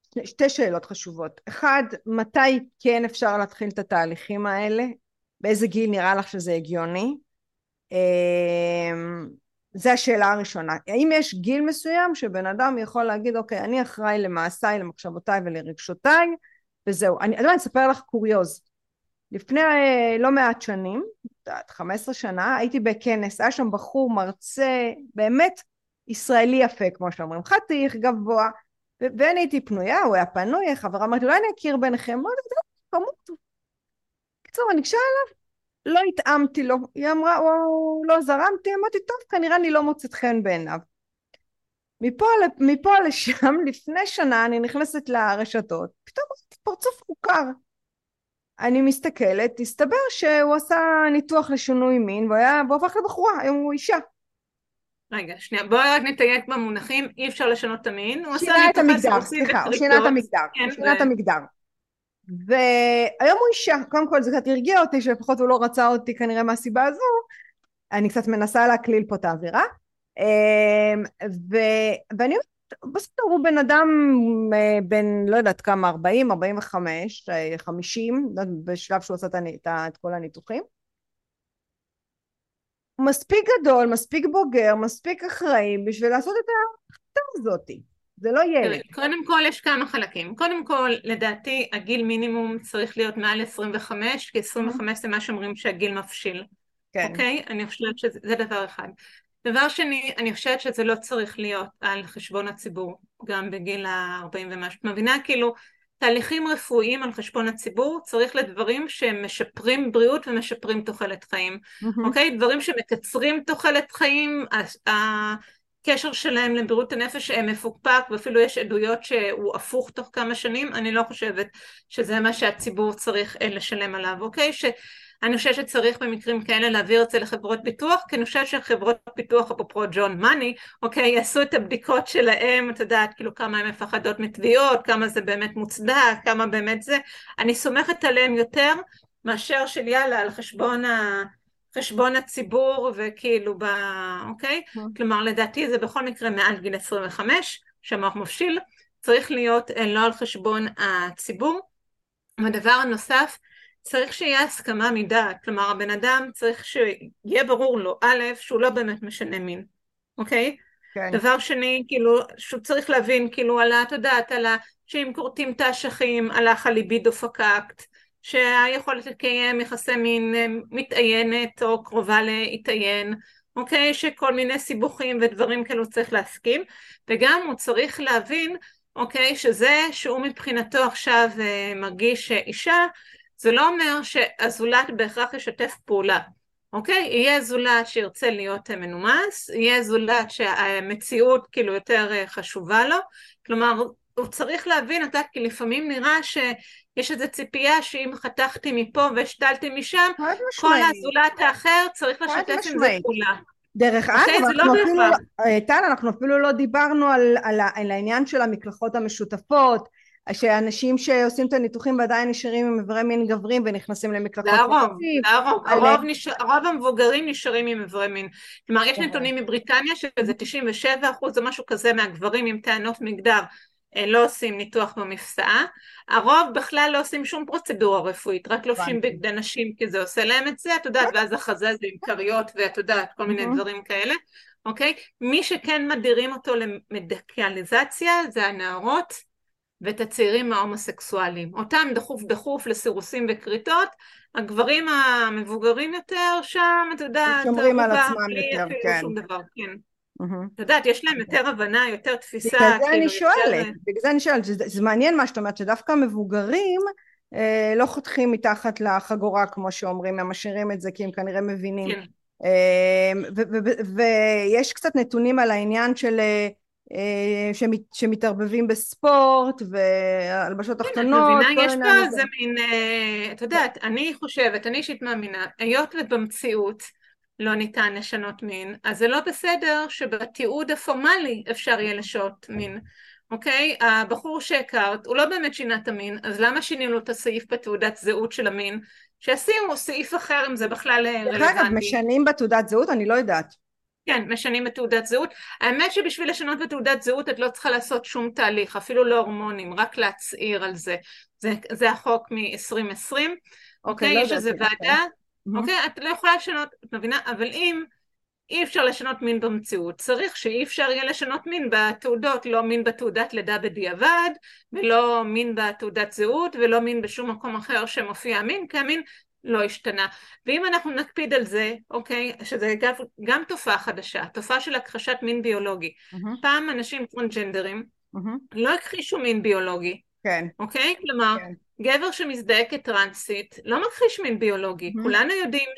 שתי שאלות חשובות. אחד, מתי כן אפשר להתחיל את התהליכים האלה? באיזה גיל נראה לך שזה הגיוני? זה השאלה הראשונה. האם יש גיל מסוים שבן אדם יכול להגיד, אוקיי, אני אחראי למעשיי, למחשבותיי ולרגשותיי, וזהו. אני אספר לך קוריוז. לפני לא מעט שנים, 15 שנה, הייתי בכנס, היה שם בחור מרצה, באמת ישראלי יפה, כמו שאומרים, חתיך, גבוה, ואני הייתי פנויה, הוא היה פנוי, חברה אמרתי, אולי אני אכיר ביניכם, אמרתי, זה חמוד. בקיצור, אני ניגשה אליו, לא התאמתי לו, היא אמרה, לא זרמתי, אמרתי, טוב, כנראה אני לא מוצאת חן בעיניו. מפה לשם, לפני שנה אני נכנסת לרשתות, פתאום פרצוף מוכר. אני מסתכלת, הסתבר שהוא עשה ניתוח לשינוי מין, והוא הפך לבחורה, היום הוא אישה. רגע, שנייה, בואי רק נתייק במונחים, אי אפשר לשנות את המין, הוא עשה שינה את ניתוחי המגדר, סירוסים סליחה, הוא שינה את וכריתות, המגדר, כן, הוא שינה את המגדר. והיום הוא אישה, קודם כל זה קצת הרגיע אותי, שלפחות הוא לא רצה אותי כנראה מהסיבה הזו, אני קצת מנסה להקליל פה את האווירה, ואני אומרת, בסדר, הוא בן אדם בין, לא יודעת כמה, 40, 45, 50, בשלב שהוא עשה את כל הניתוחים, הוא מספיק גדול, מספיק בוגר, מספיק אחראי בשביל לעשות את ההחלטה הזאת. זה לא ילד. קודם כל יש כמה חלקים. קודם כל, לדעתי, הגיל מינימום צריך להיות מעל 25, כי 25 זה מה שאומרים שהגיל מפשיל. כן. אוקיי? אני חושבת שזה דבר אחד. דבר שני, אני חושבת שזה לא צריך להיות על חשבון הציבור, גם בגיל ה-40 ומשהו. את מבינה? כאילו, תהליכים רפואיים על חשבון הציבור צריך לדברים שמשפרים בריאות ומשפרים תוחלת חיים. אוקיי? דברים שמקצרים תוחלת חיים, הקשר שלהם לבריאות הנפש מפוקפק, ואפילו יש עדויות שהוא הפוך תוך כמה שנים, אני לא חושבת שזה מה שהציבור צריך לשלם עליו, אוקיי? אני חושבת שצריך במקרים כאלה להעביר את זה לחברות ביטוח, כי אני חושבת שחברות ביטוח, אפרופו ג'ון מאני, אוקיי, יעשו את הבדיקות שלהם, את יודעת, כאילו כמה הן מפחדות מתביעות, כמה זה באמת מוצדק, כמה באמת זה, אני סומכת עליהם יותר, מאשר של יאללה, על חשבון הציבור, וכאילו אוקיי? כלומר, לדעתי זה בכל מקרה מעל גיל 25, שהמוח מבשיל, צריך להיות לא על חשבון הציבור. והדבר הנוסף, צריך שיהיה הסכמה מדעת, כלומר הבן אדם צריך שיהיה ברור לו, א', שהוא לא באמת משנה מין, אוקיי? כן. דבר שני, כאילו, שהוא צריך להבין, כאילו, על את יודעת, על שאם כורתים את האשכים, הלך הליבידו פקקט, שהיכולת לקיים יחסי מין מתעיינת או קרובה להתעיין, אוקיי? שכל מיני סיבוכים ודברים כאלו צריך להסכים, וגם הוא צריך להבין, אוקיי, שזה שהוא מבחינתו עכשיו מרגיש אישה, זה לא אומר שהזולת בהכרח ישתף פעולה, אוקיי? יהיה זולת שירצה להיות מנומס, יהיה זולת שהמציאות כאילו יותר חשובה לו, כלומר הוא צריך להבין אותה, כי לפעמים נראה שיש איזו ציפייה שאם חתכתי מפה והשתלתי משם, כל הזולת האחר צריך לשתף עם זה פעולה. דרך אגב, אנחנו אפילו לא דיברנו על העניין של המקלחות המשותפות, שאנשים שעושים את הניתוחים ועדיין נשארים עם איברי מין גברים ונכנסים למקלחות משותפים. הרוב המבוגרים נשארים עם איברי מין. כלומר, יש נתונים מבריטניה שזה 97% או משהו כזה מהגברים עם טענות מגדר לא עושים ניתוח במפסעה. הרוב בכלל לא עושים שום פרוצדורה רפואית, רק לובשים בגדי נשים כי זה עושה להם את זה, את יודעת, ואז החזה זה עם קריות ואת יודעת, כל מיני דברים כאלה. אוקיי? מי שכן מדירים אותו למדיקליזציה זה הנערות ואת הצעירים ההומוסקסואלים. אותם דחוף דחוף לסירוסים וכריתות, הגברים המבוגרים יותר שם, את יודעת, שומרים על עצמם יותר, כן. שום דבר, כן. את יודעת, יש להם יותר הבנה, יותר תפיסה. בגלל זה אני שואלת, זה מעניין מה שאת אומרת, שדווקא המבוגרים לא חותכים מתחת לחגורה, כמו שאומרים, הם משאירים את זה, כי הם כנראה מבינים. כן. ויש קצת נתונים על העניין של שמתערבבים בספורט והלבשות תחתונות. מבינה, יש פה איזה מין, את יודעת, אני חושבת, אני אישית מאמינה, היות ובמציאות לא ניתן לשנות מין, אז זה לא בסדר שבתיעוד הפורמלי אפשר יהיה לשנות מין, אוקיי? הבחור שהכרת, הוא לא באמת שינה את המין, אז למה שינינו את הסעיף בתעודת זהות של המין? שישימו סעיף אחר אם זה בכלל רלוונטי. אגב, משנים בתעודת זהות? אני לא יודעת. כן, משנים בתעודת זהות. האמת שבשביל לשנות בתעודת זהות את לא צריכה לעשות שום תהליך, אפילו לא הורמונים, רק להצהיר על זה. זה החוק מ-2020, אוקיי, אוקיי? לא יש איזה ידעתי, אוקיי. ועדה, מהמם. אוקיי? את לא יכולה לשנות, את מבינה? אבל אם אי אפשר לשנות מין במציאות, צריך שאי אפשר יהיה לשנות מין בתעודות, לא מין בתעודת לידה בדיעבד, ולא מין בתעודת זהות, ולא מין בשום מקום אחר שמופיע המין, כי המין לא השתנה. ואם אנחנו נקפיד על זה, אוקיי, שזה גם תופעה חדשה, תופעה של הכחשת מין ביולוגי. מהמם. פעם אנשים טרנסג'נדרים מהמם. לא הכחישו מין ביולוגי, כן, אוקיי? כלומר, כן. גבר שמזדהה כטרנסית לא מכחיש מין ביולוגי. מהמם. כולנו יודעים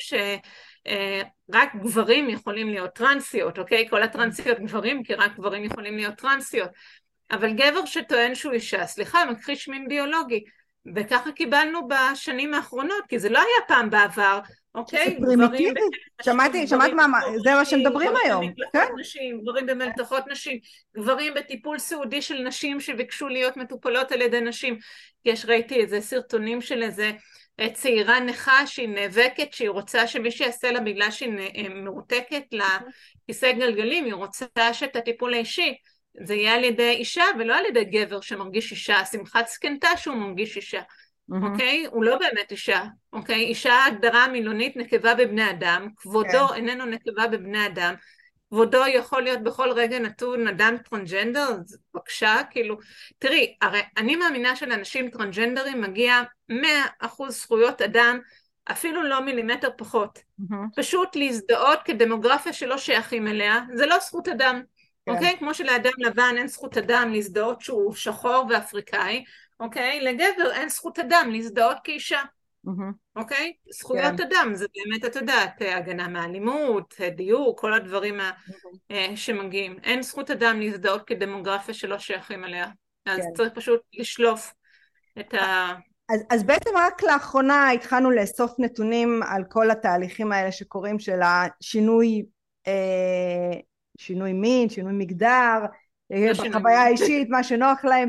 שרק גברים יכולים להיות טרנסיות, אוקיי? כל הטרנסיות גברים, כי רק גברים יכולים להיות טרנסיות. אבל גבר שטוען שהוא אישה, סליחה, מכחיש מין ביולוגי. וככה קיבלנו בשנים האחרונות, כי זה לא היה פעם בעבר, שזה אוקיי? גברים פרימיטיבי. נשים, שמעת גברים מה, בקור זה מה נשים, שמדברים גברים היום, כן? במקלחות נשים, גברים במלתחות נשים, גברים בטיפול סיעודי של נשים שביקשו להיות מטופלות על ידי נשים. ראיתי איזה סרטונים של איזה צעירה נכה שהיא נאבקת, שהיא רוצה שמישהו יעשה לה בגלל שהיא מרותקת לכיסא גלגלים, היא רוצה שאת הטיפול האישי זה יהיה על ידי אישה ולא על ידי גבר שמרגיש אישה, שמחת זקנתה שהוא מרגיש אישה, מהמם. אוקיי? הוא לא באמת אישה, אוקיי? אישה הגדרה מילונית נקבה בבני אדם, כן. כבודו איננו נקבה בבני אדם, כבודו יכול להיות בכל רגע נתון אדם טרנסג'נדר, אז בבקשה, כאילו, תראי, הרי אני מאמינה שלאנשים טרנסג'נדרים מגיע 100% זכויות אדם, אפילו לא מילימטר פחות. מהמם. פשוט להזדהות כדמוגרפיה שלא שייכים אליה, זה לא זכות אדם. כן. אוקיי? כמו שלאדם לבן אין זכות אדם להזדהות שהוא שחור ואפריקאי, אוקיי? לגבר אין זכות אדם להזדהות כאישה, מהמם. אוקיי? כן. זכויות אדם זה באמת, את יודעת, הגנה מאלימות, דיור, כל הדברים מהמם. שמגיעים. אין זכות אדם להזדהות כדמוגרפיה שלא שייכים אליה. אז כן. צריך פשוט לשלוף את אז בעצם רק לאחרונה התחלנו לאסוף נתונים על כל התהליכים האלה שקורים של השינוי, שינוי מין, שינוי מגדר, לא שינוי בחוויה מין. האישית, מה שנוח להם,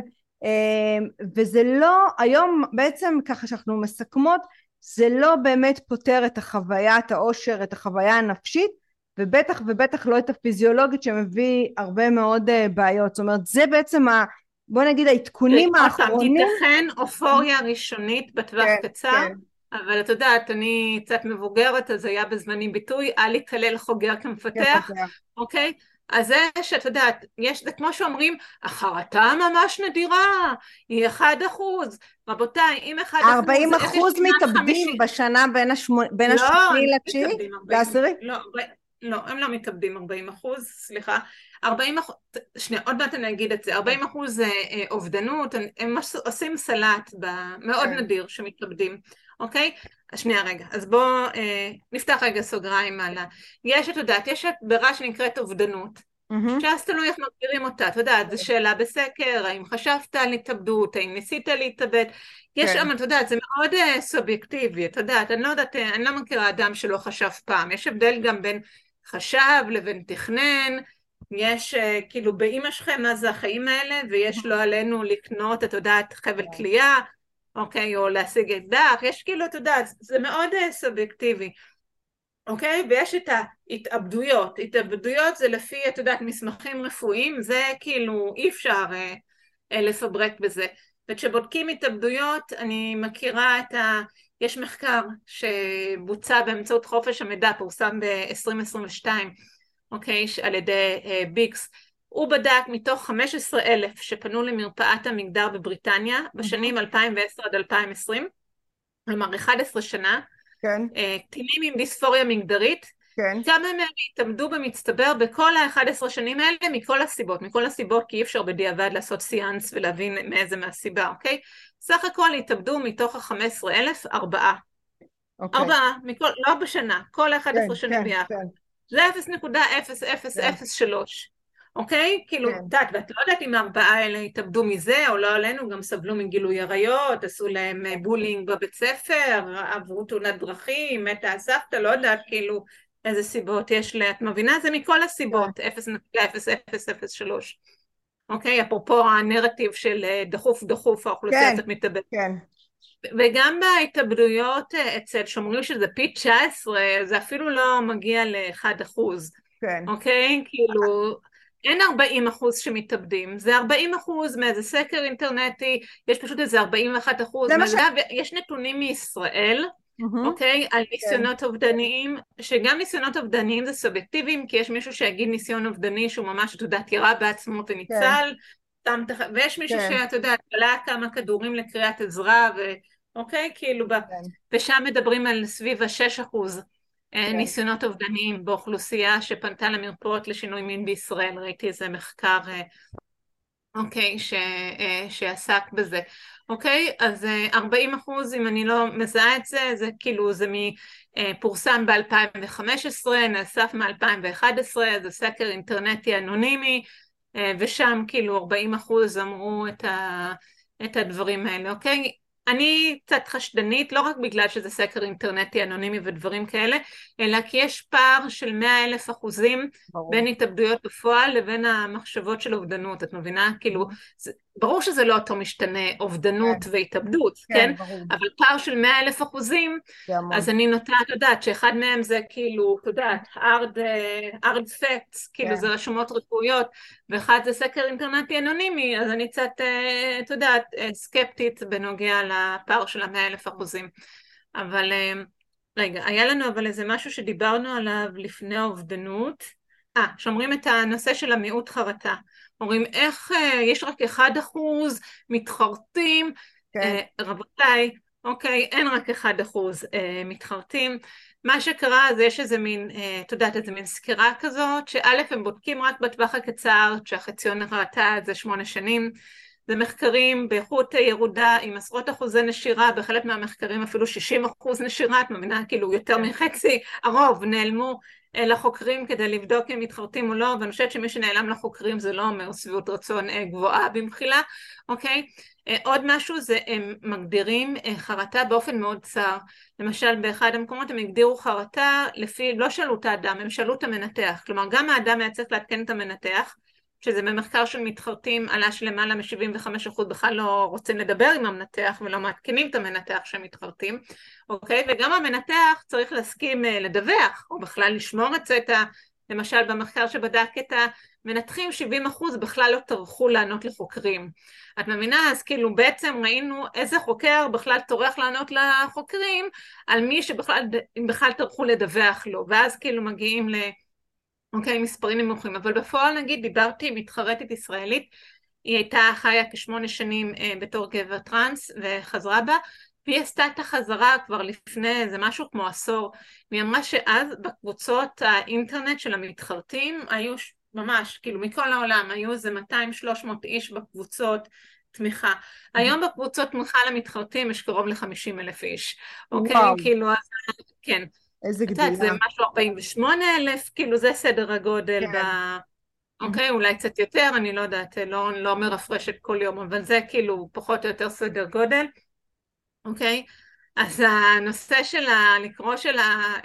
וזה לא, היום בעצם ככה שאנחנו מסכמות, זה לא באמת פותר את החוויית העושר, את החוויה הנפשית, ובטח ובטח לא את הפיזיולוגית שמביא הרבה מאוד בעיות. זאת אומרת, זה בעצם בוא נגיד העדכונים עוד פעם, האחרונים. תיתכן אופוריה ראשונית בטווח כן, קצר, כן, אבל את יודעת, אני קצת מבוגרת, אז היה בזמני ביטוי, אל יקלל חוגר כמפתח, כפתח. אוקיי? אז זה שאת יודעת, זה כמו שאומרים, החרטה ממש נדירה, היא 1%. רבותיי, אם 1%, איך יש 40% כמעט מתאבדים 50? בשנה בין לא, השמיני הם לא לתשיעי מתאבדים 40, לעשירי. לא, לא, הם לא מתאבדים 40%, סליחה. 40%, שנייה, עוד מעט אני אגיד את זה, 40% זה אובדנות, הם עושים סלט, מאוד כן. נדיר שמתאבדים, אוקיי? שנייה רגע, אז בואו נפתח רגע סוגריים על יש, את יודעת, יש הדברה שנקראת אובדנות, מהמם. שאז תלוי איך מגדירים אותה, את יודעת, זו שאלה בסקר, האם חשבת על התאבדות, האם ניסית להתאבד, יש כן. שם, את יודעת, זה מאוד סובייקטיבי, את יודעת, אני לא יודעת, אני לא מכירה אדם שלא חשב פעם, יש הבדל גם בין חשב לבין תכנן, יש כאילו באמא שלכם מה זה החיים האלה, ויש לא עלינו לקנות, את יודעת, חבל תלייה, אוקיי, או להשיג אקדח, יש כאילו, את יודעת, זה מאוד סובייקטיבי. אוקיי? ויש את ההתאבדויות. התאבדויות זה לפי, את יודעת, מסמכים רפואיים, זה כאילו אי אפשר לפברק בזה. וכשבודקים התאבדויות, אני מכירה יש מחקר שבוצע באמצעות חופש המידע, פורסם ב-2022, אוקיי? על ידי ביקס. הוא בדק מתוך 15,000 שפנו למרפאת המגדר בבריטניה, בשנים 2010 עד 2020, כלומר 11 שנה, כן. קטינים עם דיספוריה מגדרית, כן. כמה מהם התאבדו במצטבר בכל ה-11 שנים האלה מכל הסיבות, כי אי אפשר בדיעבד לעשות סיאנס ולהבין מאיזה מהסיבה, אוקיי? סך הכל התאבדו מתוך ה-15,000, 4. אוקיי. 4, לא בשנה, כל כן, ה-11 שנים כן, ביחד. כן, זה כן, 0.0003. אוקיי? כאילו, כן. ואת לא יודעת אם הארבעה האלה התאבדו מזה, או לא עלינו, גם סבלו מגילוי עריות, עשו להם בולינג בבית ספר, עברו תאונת דרכים, מתה הסבתא, לא יודעת כאילו איזה סיבות יש את מבינה? זה מכל הסיבות, 0.0003. אוקיי? אפרופו הנרטיב של דחוף דחוף, האוכלוסייה כן, קצת מתאבדת. כן. וגם בהתאבדויות אצל שאומרים שזה פי 19, זה אפילו לא מגיע ל1%. כן. אוקיי? כאילו, אין 40% שמתאבדים, זה 40% מאיזה סקר אינטרנטי, יש פשוט איזה 41%, זה מה ש... ואגב, יש נתונים מישראל, מהמם. אוקיי? על כן, ניסיונות אובדניים, שגם ניסיונות אובדניים זה סובייקטיביים, כי יש מישהו שיגיד ניסיון אובדני שהוא ממש, את יודעת, ירה בעצמו כן, וניצל, ויש מישהו כן, שאת יודעת, עלה כמה כדורים לקריאת עזרה, אוקיי? כאילו, כן, ושם מדברים על סביב ה-6% כן. ניסיונות אובדניים באוכלוסייה שפנתה למרפאות לשינוי מין בישראל, ראיתי איזה מחקר אוקיי, שעסק בזה. אוקיי, אז 40% אם אני לא מזהה את זה, זה כאילו, זה פורסם ב-2015, נאסף מ-2011, זה סקר אינטרנטי אנונימי, ושם כאילו 40% אמרו את הדברים האלה, אוקיי? אני קצת חשדנית, לא רק בגלל שזה סקר אינטרנטי אנונימי ודברים כאלה, אלא כי יש פער של 100,000% ברור. בין התאבדויות בפועל לבין המחשבות של אובדנות, את מבינה? כאילו, ברור שזה לא אותו משתנה, אובדנות כן, והתאבדות, כן, כן? ברור. אבל פער של 100,000%, זה המון. אז אני נוטה, את יודעת, שאחד מהם זה כאילו, את יודעת, hard facts, כאילו כן, זה רשומות רפואיות, ואחד זה סקר אינטרנטי אנונימי, אז אני קצת, את יודעת, סקפטית בנוגע לפער של 100,000%. אבל רגע, היה לנו אבל איזה משהו שדיברנו עליו לפני האובדנות. שאומרים את הנושא של המיעוט חרטה. אומרים איך יש רק 1% מתחרטים, כן. רבותיי, אוקיי, אין רק 1% מתחרטים. מה שקרה זה יש איזה מין, את יודעת, איזה מין סקירה כזאת, שא' הם בודקים רק בטווח הקצר, שהחציון הרעתה זה 8 שנים, זה מחקרים באיכות ירודה עם עשרות אחוזי נשירה, בחלק מהמחקרים אפילו 60% נשירה, את מבינה, כאילו יותר כן. מחצי, הרוב נעלמו לחוקרים כדי לבדוק אם מתחרטים או לא, ואני חושבת שמי שנעלם לחוקרים זה לא אומר שביעות רצון גבוהה במחילה, אוקיי? עוד משהו זה הם מגדירים חרטה באופן מאוד צר, למשל באחד המקומות הם הגדירו חרטה לפי, לא שאלו את האדם, הם שאלו את המנתח, כלומר גם האדם היה צריך לעדכן את המנתח, שזה במחקר של מתחרטים עלה שלמעלה מ-75% בכלל לא רוצים לדבר עם המנתח ולא מעדכנים את המנתח שהם מתחרטים, אוקיי? וגם המנתח צריך להסכים לדווח, או בכלל לשמור את זה, למשל במחקר שבדק את המנתחים, 70% בכלל לא טרחו לענות לחוקרים. את מבינה? אז כאילו בעצם ראינו איזה חוקר בכלל טורח לענות לחוקרים, על מי שבכלל טרחו לדווח לו, ואז כאילו מגיעים אוקיי, מספרים נמוכים, אבל בפועל נגיד דיברתי עם מתחרטת ישראלית, היא הייתה חיה כ8 שנים בתור גבר טרנס וחזרה בה, והיא עשתה את החזרה כבר לפני, זה משהו כמו עשור, והיא אמרה שאז בקבוצות האינטרנט של המתחרטים היו ממש, כאילו מכל העולם, היו איזה 200-300 איש בקבוצות תמיכה. היום בקבוצות תמיכה למתחרטים יש קרוב ל50,000 איש, אוקיי? וואו, כאילו, כן. איזה את יודעת, זה גדילה. משהו 48,000, כאילו זה סדר הגודל כן. אוקיי, אולי קצת יותר, אני לא יודעת, לא מרפרשת כל יום, אבל זה כאילו פחות או יותר סדר גודל, אוקיי? אז הנושא של לקרוא של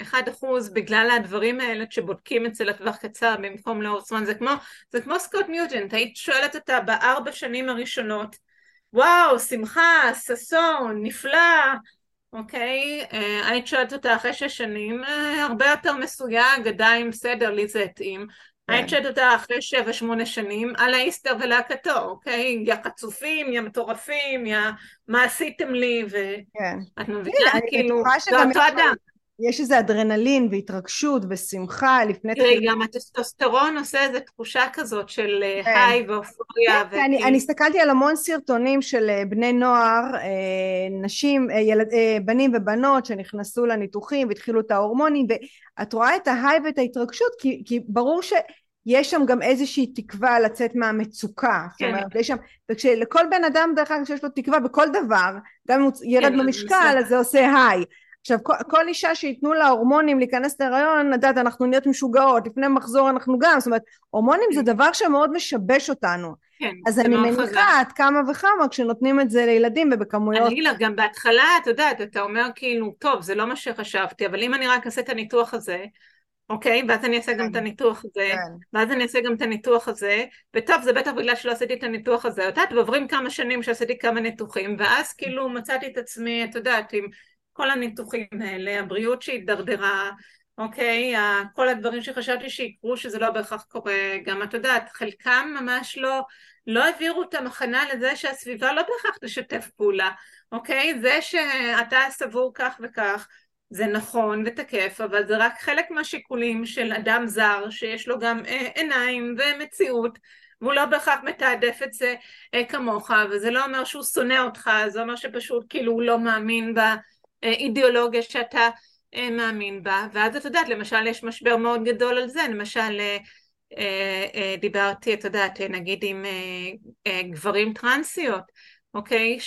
ה-1% בגלל הדברים האלה שבודקים אצל הטווח קצר במקום לאורך זמן, זה כמו סקוט ניוג'נט, היית שואלת אותה ב4 שנים הראשונות, וואו, שמחה, ששון, נפלא, אוקיי, היית שואלת אותה אחרי 6 שנים, הרבה יותר מסויג, עדיין בסדר, לי זה התאים. היית כן. שואלת אותה אחרי 7-8 שנים, על האיסטר ולהקתו, אוקיי? יא חצופים, יא מטורפים, יא מה עשיתם לי, כן. ואת מבינה, תראי, אני כאילו, בטוחה זה שגם אותו אדם. יש איזה אדרנלין והתרגשות ושמחה לפני תראי, תחילה. גם הטסטוסטרון עושה איזו תחושה כזאת של כן. היי ואופוריה, כן, אני וכאילו, הסתכלתי על המון סרטונים של בני נוער, נשים, בנים ובנות שנכנסו לניתוחים והתחילו את ההורמונים, ואת רואה את ההיי ואת ההתרגשות, כי ברור שיש שם גם איזושהי תקווה לצאת מהמצוקה, זאת כן, אומרת, יש שם, וכשלכל בן אדם דרך אגב שיש לו תקווה בכל דבר, גם אם הוא ירד כן, במשקל, אז זה עושה היי. עכשיו כל אישה שייתנו לה הורמונים להיכנס להיריון, לדעת אנחנו נהיות משוגעות, לפני מחזור אנחנו גם, זאת אומרת הורמונים זה דבר שמאוד משבש אותנו, כן, אז זה אני מאוד חזק. מניחה עד כמה וכמה כשנותנים את זה לילדים אני ובכמויות. אגיד לך, גם בהתחלה, את יודעת, אתה אומר כאילו, טוב, זה לא מה שחשבתי, אבל אם אני רק אעשה את הניתוח הזה, אוקיי, ואז אני אעשה גם כן, את הניתוח הזה, כן, ואז אני אעשה גם את הניתוח הזה, וטוב, זה בטח בגלל שלא עשיתי את הניתוח הזה, את יודעת, ועוברים כמה שנים שעשיתי כמה ניתוחים, ואז כאילו מצאתי את עצמי, את יודעת, עם כל הניתוחים האלה, הבריאות שהתדרדרה, אוקיי? כל הדברים שחשבתי שיקרו, שזה לא בהכרח קורה, גם את יודעת, חלקם ממש לא העבירו את המחנה לזה שהסביבה לא בהכרח תשתף פעולה, אוקיי? זה שאתה סבור כך וכך, זה נכון ותקף, אבל זה רק חלק מהשיקולים של אדם זר, שיש לו גם עיניים ומציאות, והוא לא בהכרח מתעדף את זה כמוך, וזה לא אומר שהוא שונא אותך, זה אומר שפשוט כאילו הוא לא מאמין באידיאולוגיה שאתה מאמין בה. ואז את יודעת, למשל יש משבר מאוד גדול על זה, למשל דיברתי, את יודעת, נגיד עם גברים טרנסיות, אוקיי?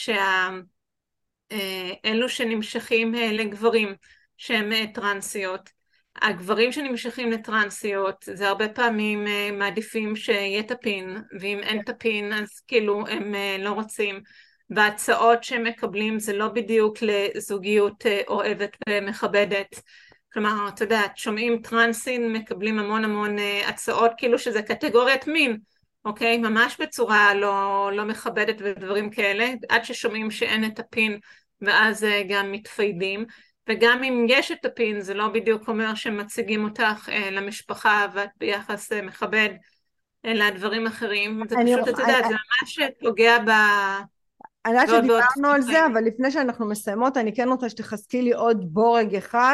אלו שנמשכים לגברים שהם טרנסיות, הגברים שנמשכים לטרנסיות זה הרבה פעמים מעדיפים שיהיה טפין, ואם אין טפין אז כאילו הם לא רוצים, וההצעות שהם מקבלים זה לא בדיוק לזוגיות אוהבת ומכבדת. כלומר, את יודעת, שומעים טרנסים מקבלים המון הצעות כאילו שזה קטגוריית מין, אוקיי? ממש בצורה לא מכבדת ודברים כאלה, עד ששומעים שאין את הפין ואז גם מתפיידים. וגם אם יש את הפין זה לא בדיוק אומר שמציגים אותך למשפחה ואת ביחס מכבד, אלא דברים אחרים. זה אני, פשוט, את יודעת, זה ממש פוגע אני יודעת בעוד ועוד שדיברנו על זה, תחומים. אבל לפני שאנחנו מסיימות, אני כן רוצה שתחזקי לי עוד בורג אחד,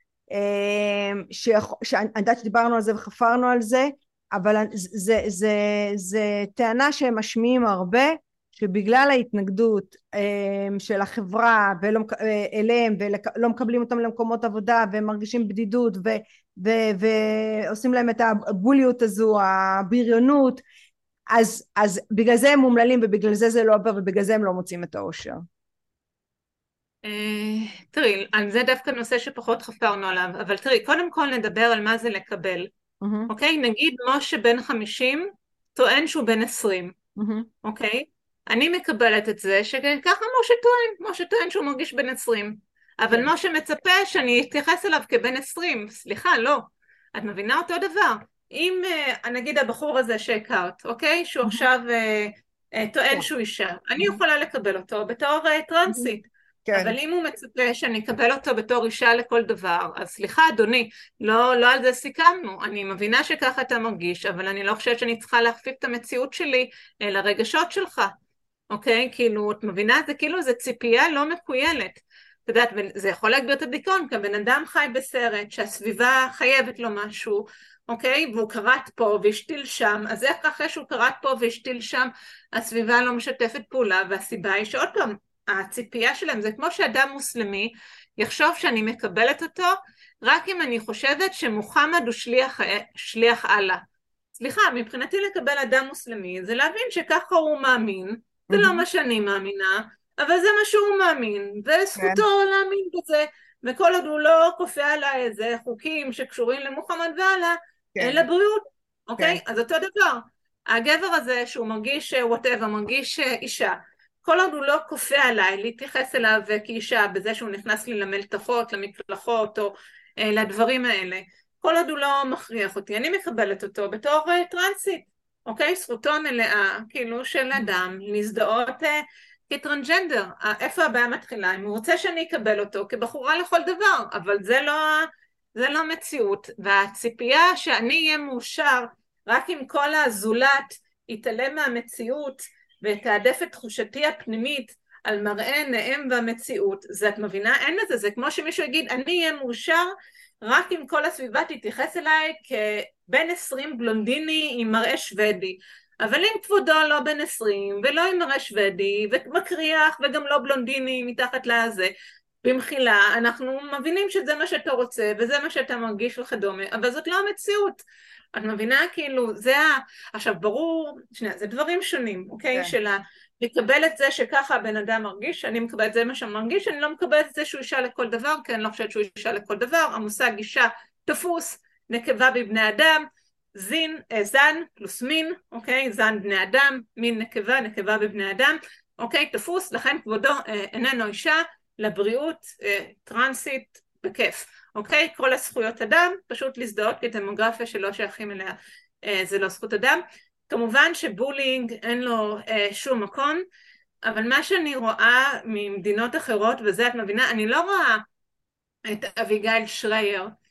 שאני יודעת שדיברנו על זה וחפרנו על זה, אבל זה טענה שהם משמיעים הרבה, שבגלל ההתנגדות של החברה אליהם, ולא מקבלים אותם למקומות עבודה, והם מרגישים בדידות, ועושים להם את הבוליות הזו, הבריונות, אז בגלל זה הם מומללים, ובגלל זה לא עובר, ובגלל זה הם לא מוצאים את האושר. תראי, על זה דווקא נושא שפחות חפרנו עליו, אבל תראי, קודם כל נדבר על מה זה לקבל. מהמם, אוקיי? נגיד משה בן 50 טוען שהוא בן 20, מהמם, אוקיי? אני מקבלת את זה שככה משה טוען שהוא מרגיש בן 20, כן. אבל משה מצפה שאני אתייחס אליו כבן 20, סליחה, לא. את מבינה אותו דבר? אם נגיד הבחור הזה שהכרת, אוקיי? שהוא מהמם, עכשיו טוען כן. שהוא אישה, אני מהמם, יכולה לקבל אותו בתור מהמם, טרנסית. כן. אבל אם הוא מצפה שאני אקבל אותו בתור אישה לכל דבר, אז סליחה אדוני, לא על זה סיכמנו. אני מבינה שככה אתה מרגיש, אבל אני לא חושבת שאני צריכה להכפיף את המציאות שלי לרגשות שלך, אוקיי? כאילו, את מבינה? זה כאילו, זה ציפייה לא מקוילת. את יודעת, זה יכול להגביר את הדיכאון, כי הבן אדם חי בסרט שהסביבה חייבת לו משהו, אוקיי? והוא קראת פה והשתיל שם, אז איך אחרי שהוא קראת פה והשתיל שם, הסביבה לא משתפת פעולה, והסיבה היא שעוד פעם, הציפייה שלהם זה כמו שאדם מוסלמי יחשוב שאני מקבלת אותו רק אם אני חושבת שמוחמד הוא שליח אללה. סליחה, מבחינתי לקבל אדם מוסלמי זה להבין שככה הוא מאמין, זה לא מהמם, מה שאני מאמינה, אבל זה מה שהוא מאמין, כן, וזכותו להאמין בזה, וכל עוד הוא לא כופה עליי איזה חוקים שקשורים למוחמד ואללה, כן, אין לבריאות, כן, אוקיי? אז אותו דבר. הגבר הזה שהוא מרגיש whatever, מרגיש אישה, כל עוד הוא לא כופה עליי להתייחס אליו כאישה בזה שהוא נכנס לי למלתחות, למקלחות או לדברים האלה, כל עוד הוא לא מכריח אותי, אני מקבלת אותו בתור טרנסית, אוקיי? זכותו המלאה, כאילו של אדם, להזדהות כטרנסג'נדר. איפה הבעיה מתחילה? אם הוא רוצה שאני אקבל אותו כבחורה לכל דבר, אבל זה לא מציאות, והציפייה שאני אהיה מאושר רק אם כל הזולת יתעלם מהמציאות ותעדף את תחושתי הפנימית על מראה עיניהם והמציאות, זה את מבינה? אין לזה, זה כמו שמישהו יגיד אני אהיה מאושר רק אם כל הסביבה תתייחס אליי כבן 20 בלונדיני עם מראה שוודי, אבל אם כבודו לא בן 20 ולא עם מראה שוודי ומקריח וגם לא בלונדיני מתחת לזה, במחילה אנחנו מבינים שזה מה שאתה רוצה וזה מה שאתה מרגיש וכדומה, אבל זאת לא המציאות. את מבינה? כאילו עכשיו ברור, שנייה, זה דברים שונים, אוקיי? כן, לקבל את זה שככה הבן אדם מרגיש, אני מקבלת את זה מה שאני מרגיש, אני לא מקבלת את זה שהוא אישה לכל דבר, כי אני לא חושבת שהוא אישה לכל דבר. המושג אישה תפוס, נקבה בבני אדם, זן פלוס מין, אוקיי? זן בני אדם, מין נקבה, נקבה בבני אדם, אוקיי? תפוס, לכן כבודו איננו אישה, לבריאות טרנסית בכיף, אוקיי? כל הזכויות אדם, פשוט להזדהות כדמוגרפיה שלא שייכים אליה, זה לא זכות אדם. כמובן שבולינג אין לו שום מקום, אבל מה שאני רואה ממדינות אחרות, וזה את מבינה, אני לא רואה את אביגיל שרייר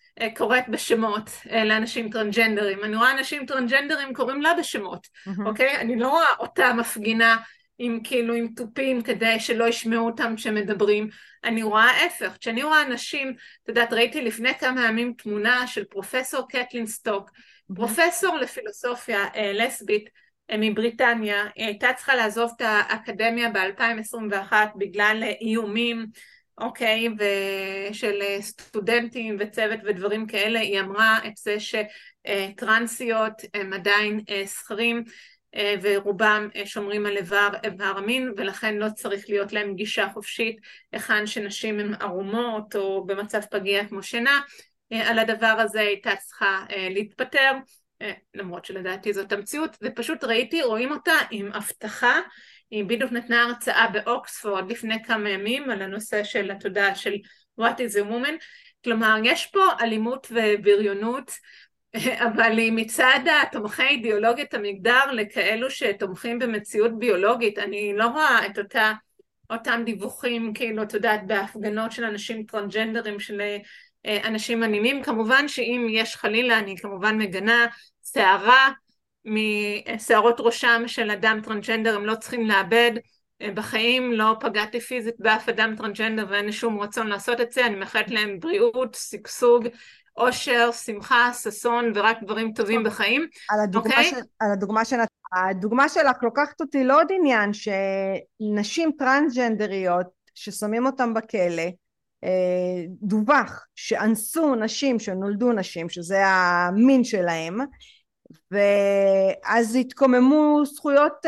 קוראת בשמות לאנשים טרנסג'נדרים, אני רואה אנשים טרנסג'נדרים קוראים לה בשמות, אוקיי? אני לא רואה אותה מפגינה עם כאילו עם טופים כדי שלא ישמעו אותם כשמדברים, אני רואה ההפך, כשאני רואה אנשים, את יודעת, ראיתי לפני כמה ימים תמונה של פרופסור קטלין סטוק, פרופסור לפילוסופיה לסבית מבריטניה, היא הייתה צריכה לעזוב את האקדמיה ב-2021 בגלל איומים, אוקיי, ושל סטודנטים וצוות ודברים כאלה. היא אמרה את זה שטרנסיות הם עדיין זכרים ורובם שומרים על איבר המין, ולכן לא צריך להיות להם גישה חופשית היכן שנשים הן ערומות או במצב פגיע כמו שינה. על הדבר הזה הייתה צריכה להתפטר, למרות שלדעתי זאת המציאות, ופשוט רואים אותה עם הבטחה. היא בדיוק נתנה הרצאה באוקספורד לפני כמה ימים על הנושא של התודעה של What is a woman, כלומר יש פה אלימות ובריונות, אבל היא מצד תומכי אידיאולוגיית המגדר לכאלו שתומכים במציאות ביולוגית. אני לא רואה את אותם דיווחים כאילו, את יודעת, בהפגנות של אנשים טרנסג'נדרים, של אנשים אנימים. כמובן שאם יש חלילה, אני כמובן מגנה שערה משערות ראשם של אדם טרנסג'נדר, הם לא צריכים לאבד. בחיים לא פגעתי פיזית באף אדם טרנסג'נדר ואין לי שום רצון לעשות את זה. אני מאחלת להם בריאות, שגשוג, אושר, שמחה, ששון ורק דברים טובים בחיים. הדוגמה שלך לוקחת אותי לעוד עניין, שנשים טרנסג'נדריות ששמים אותם בכלא, דווח שאנסו נשים שנולדו נשים, שזה המין שלהם, ואז התקוממו זכויות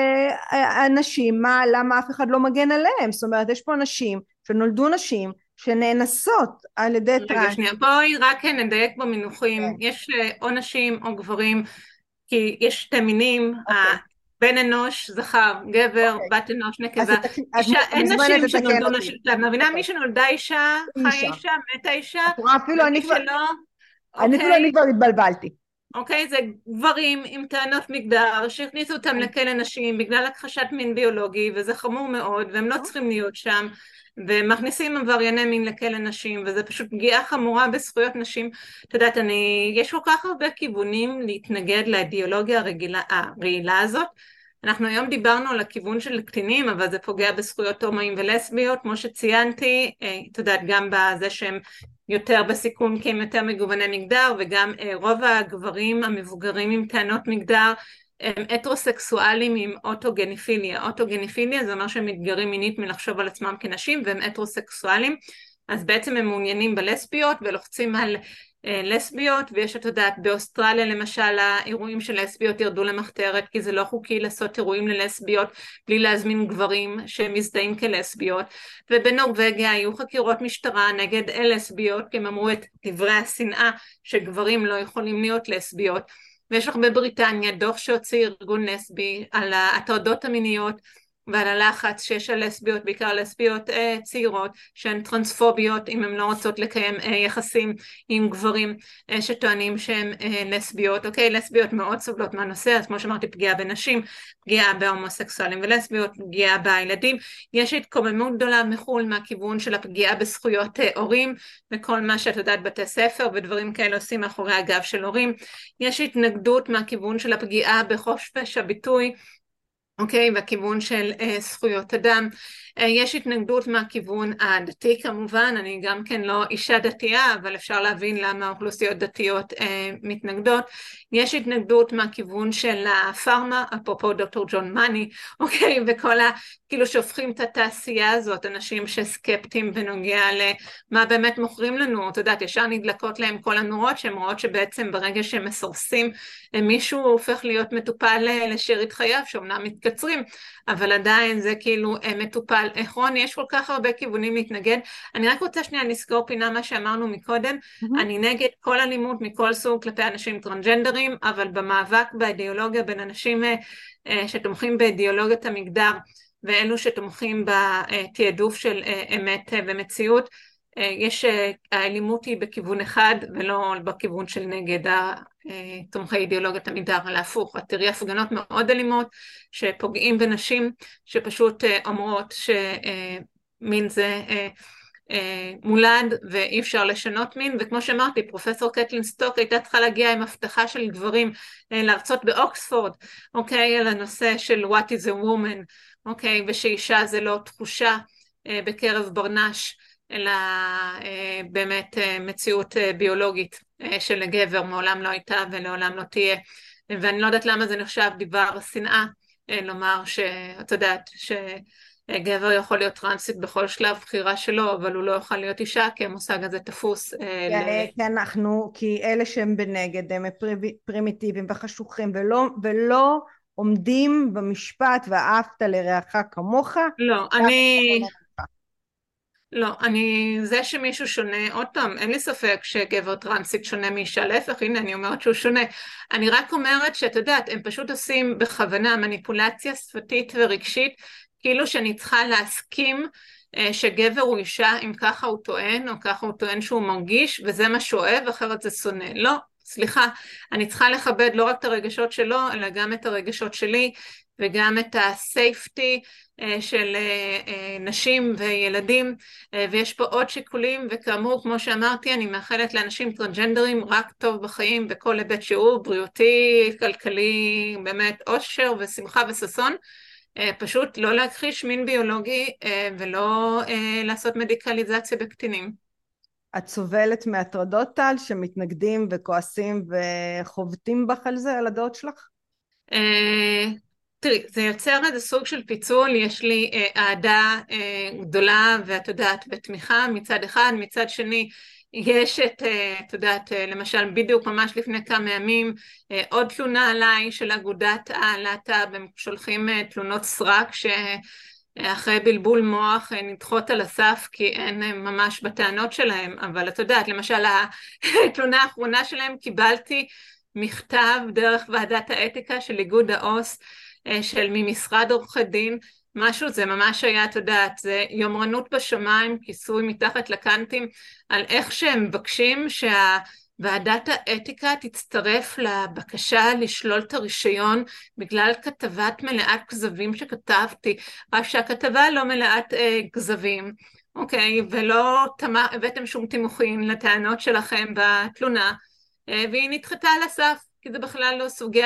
הנשים, למה אף אחד לא מגן עליהם? זאת אומרת, יש פה נשים שנולדו נשים שנאנסות על ידי טרנס. רגע שנייה, בואי רק נדייק במינוחים, יש או נשים או גברים, כי יש שתי מינים, בן אנוש, זכר, גבר, בת אנוש, נקבה. אין נשים שנולדו נשים, את מבינה, מי שנולדה אישה, חי אישה, מתה אישה, אני כבר התבלבלתי. אוקיי, זה גברים עם טענות מגדר שהכניסו אותם לכלא נשים בגלל הכחשת מין ביולוגי, וזה חמור מאוד, והם לא צריכים להיות שם, ומכניסים עברייני מין לכלא נשים, וזה פשוט פגיעה חמורה בזכויות נשים. את יודעת, יש כל כך הרבה כיוונים להתנגד לאידיאולוגיה הרעילה הזאת. אנחנו היום דיברנו על הכיוון של קטינים, אבל זה פוגע בזכויות הומואים ולסביות, כמו שציינתי, את יודעת, גם בזה שהם יותר בסיכון כי הם יותר מגווני מגדר, וגם רוב הגברים המבוגרים עם טענות מגדר הם הטרוסקסואלים עם אוטוגניפיליה. אוטוגניפיליה זה אומר שהם מתגרים מינית מלחשוב על עצמם כנשים, והם הטרוסקסואלים, אז בעצם הם מעוניינים בלסביות ולוחצים על לסביות, ויש את יודעת באוסטרליה למשל האירועים של לסביות ירדו למחתרת, כי זה לא חוקי לעשות אירועים ללסביות בלי להזמין גברים שמזדהים כלסביות, ובנורווגיה היו חקירות משטרה נגד לסביות, כי הם אמרו את דברי השנאה שגברים לא יכולים להיות לסביות. ויש לך בבריטניה דוח שהוציא ארגון לסבי על ההטרדות המיניות ועל הלחץ שיש על לסביות, בעיקר לסביות צעירות שהן טרנספוביות אם הן לא רוצות לקיים יחסים עם גברים שטוענים שהן לסביות. אוקיי, לסביות מאוד סובלות מהנושא, אז כמו שאמרתי, פגיעה בנשים, פגיעה בהומוסקסואלים ולסביות, פגיעה בילדים. יש התקוממות גדולה מחול מהכיוון של הפגיעה בזכויות הורים, וכל מה שאת יודעת בתי ספר ודברים כאלה עושים מאחורי הגב של הורים. יש התנגדות מהכיוון של הפגיעה בחופש הביטוי, אוקיי, בכיוון של זכויות אדם. יש התנגדות מהכיוון הדתי כמובן, אני גם כן לא אישה דתייה, אבל אפשר להבין למה אוכלוסיות דתיות מתנגדות. יש התנגדות מהכיוון של הפארמה, אפרופו דוקטור ג'ון מאני, אוקיי, וכל כאילו שהופכים את התעשייה הזאת, אנשים שסקפטיים בנוגע למה באמת מוכרים לנו, את יודעת, ישר נדלקות להם כל הנורות, שהן רואות שבעצם ברגע שהם מסורסים, מישהו הופך להיות מטופל לשארית חייו, שאומנם מתקצרים, אבל עדיין זה כאילו מטופל כרוני. יש כל כך הרבה כיוונים להתנגד. אני רק רוצה שנייה לזכור פינה מה שאמרנו מקודם, אני נגד כל אלימות מכל סוג כלפי אנשים טרנסג'נדרים, אבל במאבק באידיאולוגיה בין אנשים שתומכים באידיאולוגיית המגדר, ואלו שתומכים בתעדוף של אמת ומציאות, יש האלימות היא בכיוון אחד ולא בכיוון של נגד תומכי אידיאולוגיית המגדר, על ההפוך. את תראי הפגנות מאוד אלימות שפוגעים בנשים, שפשוט אומרות שמין זה מולד ואי אפשר לשנות מין, וכמו שאמרתי, פרופסור קטלין סטוק הייתה צריכה להגיע עם הבטחה של גברים להרצות באוקספורד, אוקיי, על הנושא של what is a woman, אוקיי, ושאישה זה לא תחושה בקרב ברנש, אלא באמת מציאות ביולוגית שלגבר מעולם לא הייתה ולעולם לא תהיה, ואני לא יודעת למה זה נחשב דבר שנאה, לומר שאת יודעת שגבר יכול להיות טרנסית בכל שלב בחירה שלו, אבל הוא לא יכול להיות אישה, כי המושג הזה תפוס. כי אנחנו, כי אלה שהם בנגד הם פרימיטיביים וחשוכים ולא עומדים במשפט ואהבת לרעך כמוך. לא, זה שמישהו שונה, עוד פעם, אין לי ספק שגבר טרנסית שונה מאישה, להפך, הנה אני אומרת שהוא שונה. אני רק אומרת שאת יודעת, הם פשוט עושים בכוונה מניפולציה שפתית ורגשית, כאילו שאני צריכה להסכים שגבר הוא אישה אם ככה הוא טוען, או ככה הוא טוען שהוא מרגיש, וזה מה שהוא אוהב, אחרת זה שונא. לא, סליחה, אני צריכה לכבד לא רק את הרגשות שלו, אלא גם את הרגשות שלי, וגם את הסייפטי של נשים וילדים, ויש פה עוד שיקולים, וכאמור, כמו שאמרתי, אני מאחלת לאנשים טרנסג'נדרים רק טוב בחיים, בכל היבט שהוא, בריאותי, כלכלי, באמת אושר ושמחה וששון, פשוט לא להכחיש מין ביולוגי ולא לעשות מדיקליזציה בקטינים. את סובלת מהטרדות טל שמתנגדים וכועסים וחובטים בך על זה, על הדעות שלך? תראי, זה יוצר איזה סוג של פיצול, יש לי אהדה גדולה ואת יודעת ותמיכה מצד אחד, מצד שני יש את יודעת, למשל בדיוק ממש לפני כמה ימים עוד תלונה עליי של אגודת הלהט"ב, הם שולחים תלונות סרק שאחרי בלבול מוח נדחות על הסף כי אין ממש בטענות שלהם, אבל את יודעת, למשל התלונה האחרונה שלהם קיבלתי מכתב דרך ועדת האתיקה של איגוד העו"ס של ממשרד עורכי דין, משהו, זה ממש היה, את יודעת, זה יומרנות בשמיים, כיסוי מתחת לקנטים, על איך שהם מבקשים שוועדת האתיקה תצטרף לבקשה לשלול את הרישיון בגלל כתבת מלאת כזבים שכתבתי, רק שהכתבה לא מלאת כזבים, אוקיי, ולא הבאתם שום תימוכין לטענות שלכם בתלונה, והיא נדחתה על הסף, כי זה בכלל לא סוגיה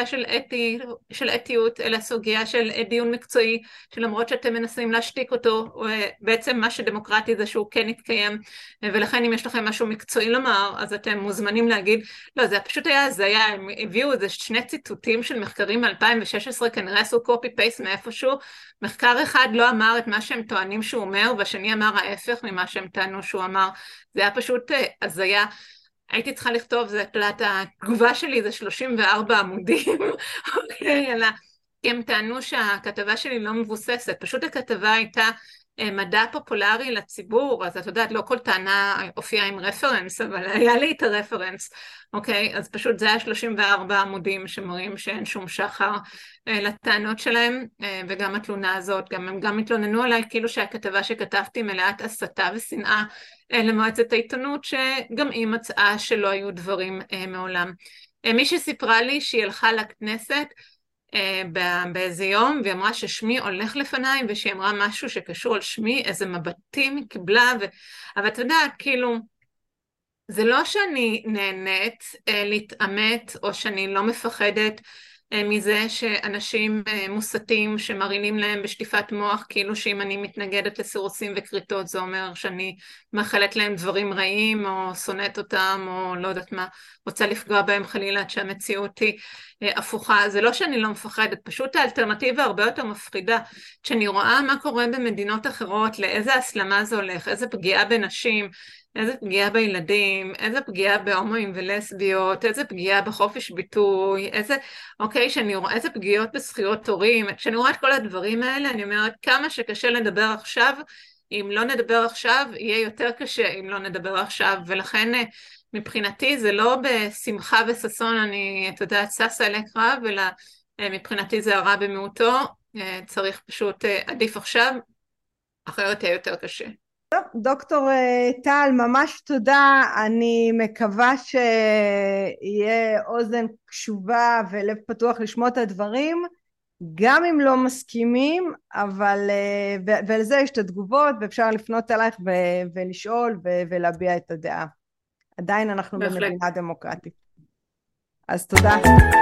של אתיות, אלא סוגיה של דיון מקצועי, שלמרות שאתם מנסים להשתיק אותו, בעצם מה שדמוקרטי זה שהוא כן יתקיים, ולכן אם יש לכם משהו מקצועי לומר, אז אתם מוזמנים להגיד, לא, זה פשוט היה הזיה, הם הביאו איזה שני ציטוטים של מחקרים מ-2016, כנראה עשו קופי פייסט מאיפשהו, מחקר אחד לא אמר את מה שהם טוענים שהוא אומר, והשני אמר ההפך ממה שהם טענו שהוא אמר, זה היה פשוט הזיה, הייתי צריכה לכתוב, זה תלת, התגובה שלי זה 34 עמודים, אוקיי, אלא, כי הם טענו שהכתבה שלי לא מבוססת, פשוט הכתבה הייתה מדע פופולרי לציבור, אז את יודעת, לא כל טענה הופיעה עם רפרנס, אבל היה לי את הרפרנס, אוקיי, אז פשוט זה היה 34 עמודים שמראים שאין שום שחר לטענות שלהם, וגם התלונה הזאת, הם גם התלוננו עליי כאילו שהכתבה שכתבתי מלאת הסתה ושנאה למועצת העיתונות, שגם היא מצאה שלא היו דברים מעולם. מי שסיפרה לי שהיא הלכה לכנסת באיזה יום, והיא אמרה ששמי הולך לפניי, ושהיא אמרה משהו שקשור על שמי, איזה מבטים היא קיבלה, אבל אתה יודעת, כאילו, זה לא שאני נהנית להתעמת, או שאני לא מפחדת מזה שאנשים מוסתים שמרעילים להם בשטיפת מוח, כאילו שאם אני מתנגדת לסירוסים וקריטות, זה אומר שאני מאחלת להם דברים רעים, או שונאת אותם, או לא יודעת מה, רוצה לפגוע בהם חלילה, עד שהמציאות היא הפוכה. זה לא שאני לא מפחדת, פשוט האלטרנטיבה הרבה יותר מפחידה. כשאני רואה מה קורה במדינות אחרות, לאיזה הסלמה זה הולך, איזה פגיעה בנשים, איזה פגיעה בילדים, איזה פגיעה בהומואים ולסביות, איזה פגיעה בחופש ביטוי, איזה פגיעות בזכויות הורים, כשאני רואה את כל הדברים האלה, אני אומרת כמה שקשה לדבר עכשיו, אם לא נדבר עכשיו, יהיה יותר קשה אם לא נדבר עכשיו, ולכן מבחינתי זה לא בשמחה וששון, אני, אתה יודע, ששה אלי קרב, אלא מבחינתי זה הרע במיעוטו, צריך פשוט עדיף עכשיו, אחרת יהיה יותר קשה. טוב, דוקטור טל, ממש תודה, אני מקווה שיהיה אוזן קשובה ולב פתוח לשמוע את הדברים, גם אם לא מסכימים, אבל ולזה יש את התגובות, ואפשר לפנות אלייך ולשאול ולהביע את הדעה. עדיין אנחנו במדינה דמוקרטית. אז תודה.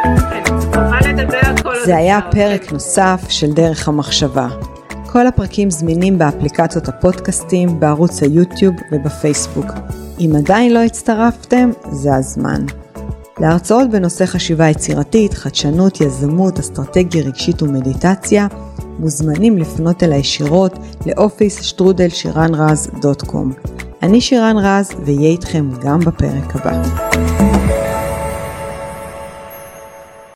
זה היה פרק נוסף של דרך המחשבה. כל הפרקים זמינים באפליקציות הפודקאסטים, בערוץ היוטיוב ובפייסבוק. אם עדיין לא הצטרפתם, זה הזמן. להרצאות בנושא חשיבה יצירתית, חדשנות, יזמות, אסטרטגיה רגשית ומדיטציה, מוזמנים לפנות אליי ישירות לאופיס@shiranraz.com. אני שירן רז, ויהיה איתכם גם בפרק הבא.